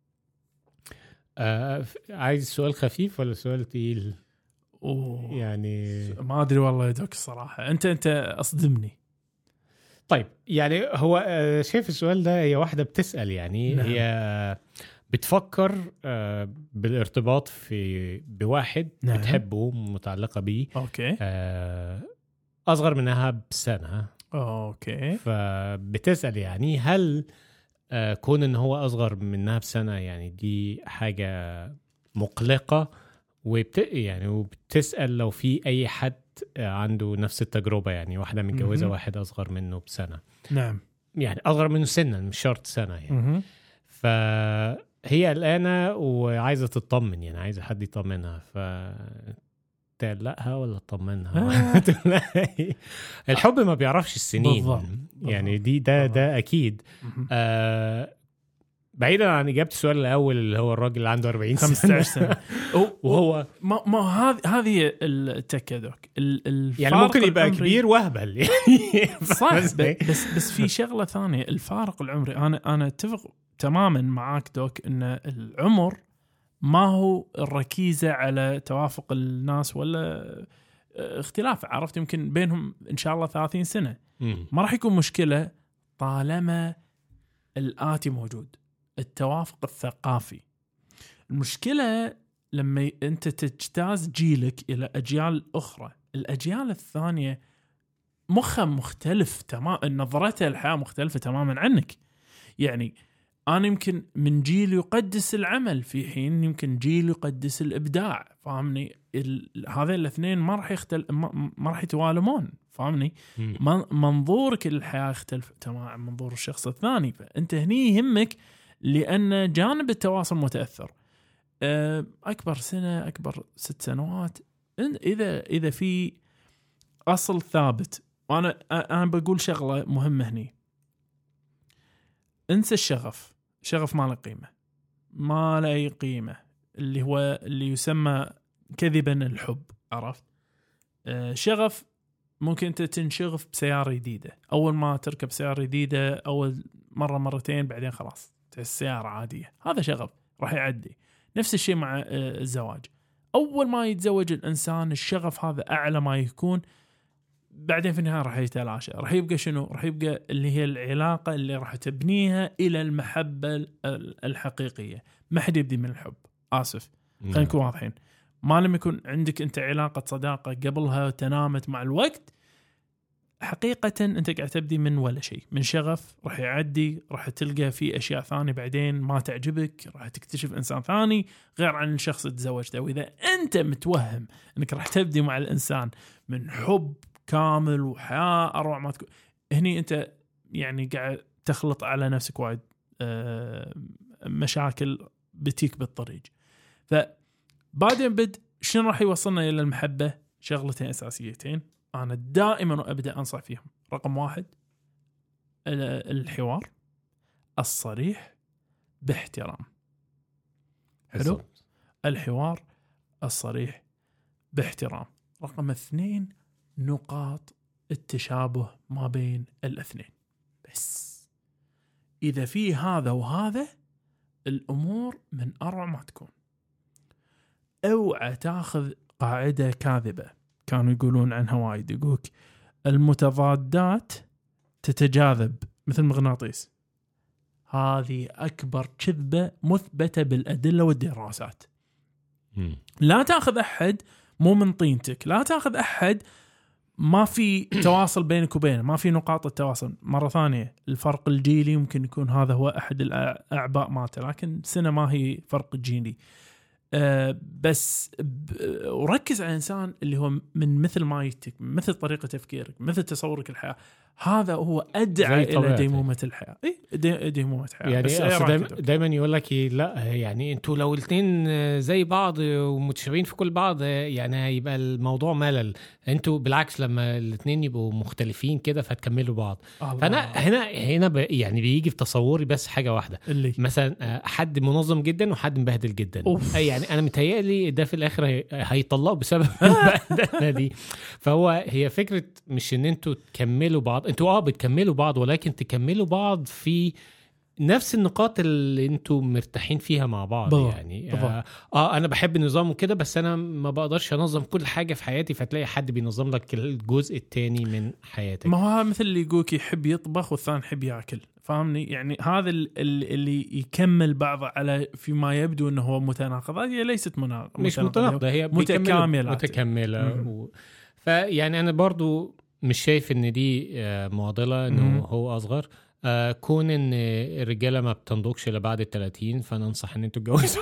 آه عايز سؤال خفيف ولا سؤال تقيل؟ أوه. يعني ما أدري والله يا دوك الصراحة، أنت أنت أصدمني. طيب يعني هو شايف السؤال ده هي واحدة بتسأل يعني نعم. هي بتفكر بالارتباط في بواحد نعم. بتحبه متعلقة بيه أوكي. أصغر منها بسنة. أوكي. فبتسأل يعني هل كون إن هو أصغر منها بسنة يعني دي حاجة مقلقة، وبت يعني وبتسأل لو في أي حد عنده نفس التجربة، يعني واحدة متجوزة م-م. واحد أصغر منه بسنة. نعم. يعني أصغر منه سنا مش شرط سنة يعني. م-م. فهي قلقانة وعايزة تطمن، يعني عايزة حد يطمنها. ف تقلقها ولا تطمنها؟ الحب ما بيعرفش السنين بالضبط. يعني دي ده ده أكيد. آه بعيدا عن إجابة السؤال الأول اللي هو الراجل اللي عنده أربعين سنة, سنة. وهو ما ما هذه هذه التكدك يعني ممكن يبقى كبير وهبل يعني صح. بس بس في شغلة ثانية، الفارق العمري. أنا أنا أتفق تماما معاك دوك إن العمر ما هو الركيزة على توافق الناس ولا اختلاف. عرفت يمكن بينهم إن شاء الله ثلاثين سنة ما راح يكون مشكلة طالما الآتي موجود، التوافق الثقافي. المشكلة لما أنت تجتاز جيلك إلى أجيال أخرى، الأجيال الثانية مخها مختلف تماما، نظرتها الحياة مختلفة تماما عنك. يعني أنا يمكن من جيل يقدس العمل في حين يمكن جيل يقدس الإبداع، فاهمني؟ هذين الاثنين ما راح يختل ما, ما راح يتوالمون، فاهمني؟ منظورك للحياة يختلف تماما عن منظور الشخص الثاني. فأنت هني يهمك لأن جانب التواصل متأثر. أكبر سنة أكبر ست سنوات، إذا إذا في أصل ثابت. وأنا أنا بقول شغلة مهمة هني، انسى الشغف. شغف ما له قيمة، ما له أي قيمة، اللي هو اللي يسمى كذبا الحب. عرفت؟ أه شغف ممكن أنت تنشغف بسيارة جديدة، أول ما تركب سيارة جديدة أول مرة مرتين بعدين خلاص السيارة عادية، هذا شغف راح يعدي. نفس الشيء مع الزواج، أول ما يتزوج الإنسان الشغف هذا أعلى ما يكون، بعدين في النهاية راح يتلاشى. راح يبقى شنو؟ راح يبقى اللي هي العلاقة اللي راح تبنيها إلى المحبة الحقيقية. ما حد يبدي من الحب، آسف خلينا نكون واضحين. ما لم يكن عندك أنت علاقة صداقة قبلها تنامت مع الوقت، حقيقة أنت قاعد تبدي من ولا شيء، من شغف راح يعدي، راح تلقى فيه أشياء ثانية بعدين ما تعجبك، راح تكتشف إنسان ثاني غير عن الشخص اللي تزوجته. وإذا أنت متوهم أنك راح تبدي مع الإنسان من حب كامل وحياة أروع ما تكون، هني أنت يعني قاعد تخلط على نفسك وايد مشاكل بتيك بالطريق. فبعدين بد شنو راح يوصلنا إلى المحبة؟ شغلتين أساسيتين أنا دائما وأبدأ أنصح فيهم. رقم واحد الحوار الصريح باحترام. حلو، الحوار الصريح باحترام. رقم اثنين نقاط التشابه ما بين الاثنين. بس إذا في هذا وهذا الأمور من أروع ما تكون. اوعى تاخذ قاعدة كاذبة كانوا يقولون عنها وايد، يقولك المتضادات تتجاذب مثل مغناطيس. هذه أكبر كذبة مثبتة بالأدلة والدراسات. لا تاخذ احد مو من طينتك، لا تاخذ احد ما في تواصل بينك وبينه، ما في نقاط التواصل. مرة ثانية الفرق الجيلي ممكن يكون هذا هو أحد الأعباء مالته، لكن سنة ما هي فرق جيلي. أه بس وركز على الإنسان اللي هو من مثل مايتك، مثل طريقة تفكيرك، مثل تصورك الحياة، هذا هو أدعى إلى ديمومة الحياة. إيه دي ديمومة الحياة. يعني دايما, دايما يقول لك لا يعني انتوا لو الاثنين زي بعض ومتشابهين في كل بعض يعني هيبقى الموضوع ملل. انتوا بالعكس لما الاثنين يبقوا مختلفين كده فتكملوا بعض. الله. فانا هنا هنا يعني بيجي في تصوري بس حاجة واحدة اللي. مثلا حد منظم جدا وحد مبهدل جدا. أوف. يعني انا متهيألي ده في الاخر هيطلقوا بسبب البهدلة دي. فهو هي فكرة مش ان انتوا تكملوا بعض، انتوا اه بتكملوا بعض ولكن تكملوا بعض في نفس النقاط اللي انتوا مرتاحين فيها مع بعض. بضع. يعني بضع. اه انا بحب النظام وكده بس انا ما بقدرش انظم كل حاجة في حياتي، فتلاقي حد بينظم لك الجزء التاني من حياتك. ما هو مثل اللي يقولك يحب يطبخ والثاني يحب ياكل، فاهمني؟ يعني هذا اللي يكمل بعض على فيما يبدو انه هو متناقض، هي ليست مناقضة، مش متناقضة، هي متكاملة متكاملة و... فيعني انا برضو مش شايف ان دي معضلة انه هو اصغر. آه كون ان الرجالة ما بتنضجش الا بعد الثلاثين، فانا انصح ان انتوا تتجوزوا.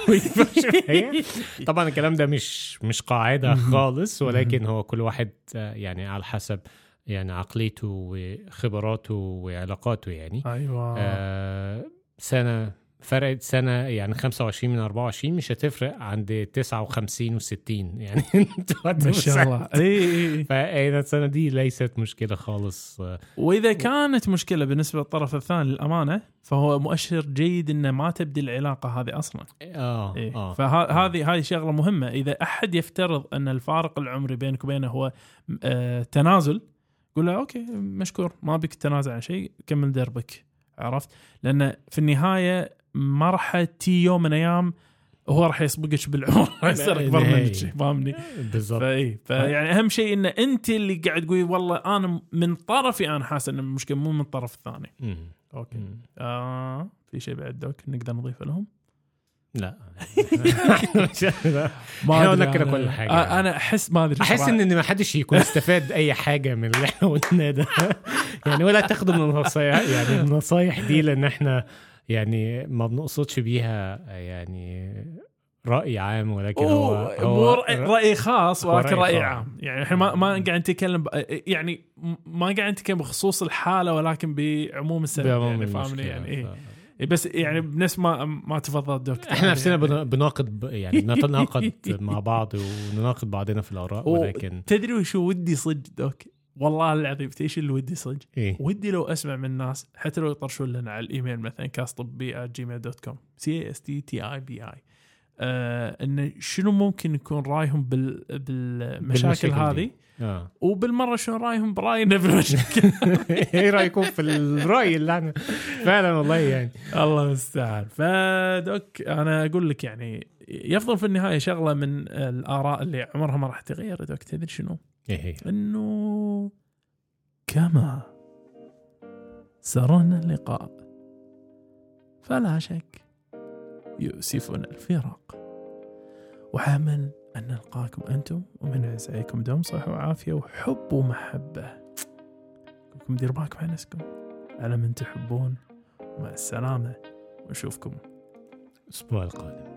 طبعا الكلام ده مش مش قاعدة خالص، ولكن هو كل واحد يعني على حسب يعني عقليته وخبراته وعلاقاته يعني. أيوة. آه سنة فرقت سنة يعني خمسة وعشرين من أربعة وعشرين مش هتفرق عند تسعة وخمسين وستين يعني. ما شاء الله. اي فأيضا السنة دي ليست مشكلة خالص. وإذا كانت مشكلة بالنسبة للطرف الثاني للأمانة فهو مؤشر جيد إن ما تبدي العلاقة هذه أصلا. آه إيه. آه فهذه هذه شغلة مهمة. إذا أحد يفترض أن الفارق العمري بينك وبينه هو آه تنازل، قول له أوكي مشكور، ما بك تنازع عن شيء، كمل دربك. عرفت؟ لأن في النهاية ما راح تي يوم من أيام هو راح يسبقك بالعمر، راح يصير أكبر منك، فاهمني؟ بالضبط. فإيه فيعني أهم شيء إن أنت اللي قاعد تقولي والله أنا من طرفي أنا حاسس إن المشكلة مو من الطرف الثاني. مم. أوكي. مم. آه في شيء بعد دوك نقدر نضيفه لهم؟ لا ما نذكر كل حاجة. آه أنا أحس ما أدري، أحس إن ما حدش يكون استفاد أي حاجة من اللي إحنا قلنا ده يعني، ولا تاخدوا من النصايح يعني النصايح دي، لأن إحنا يعني ما بنقصدش بيها يعني رأي عام، ولكن هو, هو رأي خاص ولكن رأي عام. يعني احنا ما ما قاعد نتكلم يعني ما قاعد نتكلم بخصوص الحالة ولكن بعموم السبب يعني، فاهمني؟ يعني إيه بس يعني بنفس ما ما تفضل دكتور احنا نفسنا يعني بناقد يعني بنتناقض مع بعض ونناقض بعضنا في الآراء، ولكن تدري وشو ودي صدق دوك؟ والله العظيم ايش اللي ودي صدق؟ إيه؟ ودي لو اسمع من الناس حتى لو يطرشون لنا على الايميل مثلا كاست طبي آت جيميل دوت كوم سي اس تي تي اي بي اي ان شنو ممكن يكون رايهم بال بالمشاكل هذه آه. وبالمره شنو رايهم براينا بالمشاكل. ايه رايكم في الراي اللي انا فعلا والله يعني الله المستعان. فدوك انا اقول لك يعني يفضل في النهايه شغله من الاراء اللي عمرها ما راح تغير. دوك تدري شنو؟ ايه انه كما سرنا اللقاء فلا شك يؤسفنا الفراق، وحامل أن نلقاكم أنتم ومن يسعدكم دوم صحة وعافية وحب ومحبة. لكم دير بالكم على نفسكم، على من تحبون، مع السلامة، ونشوفكم الأسبوع القادم.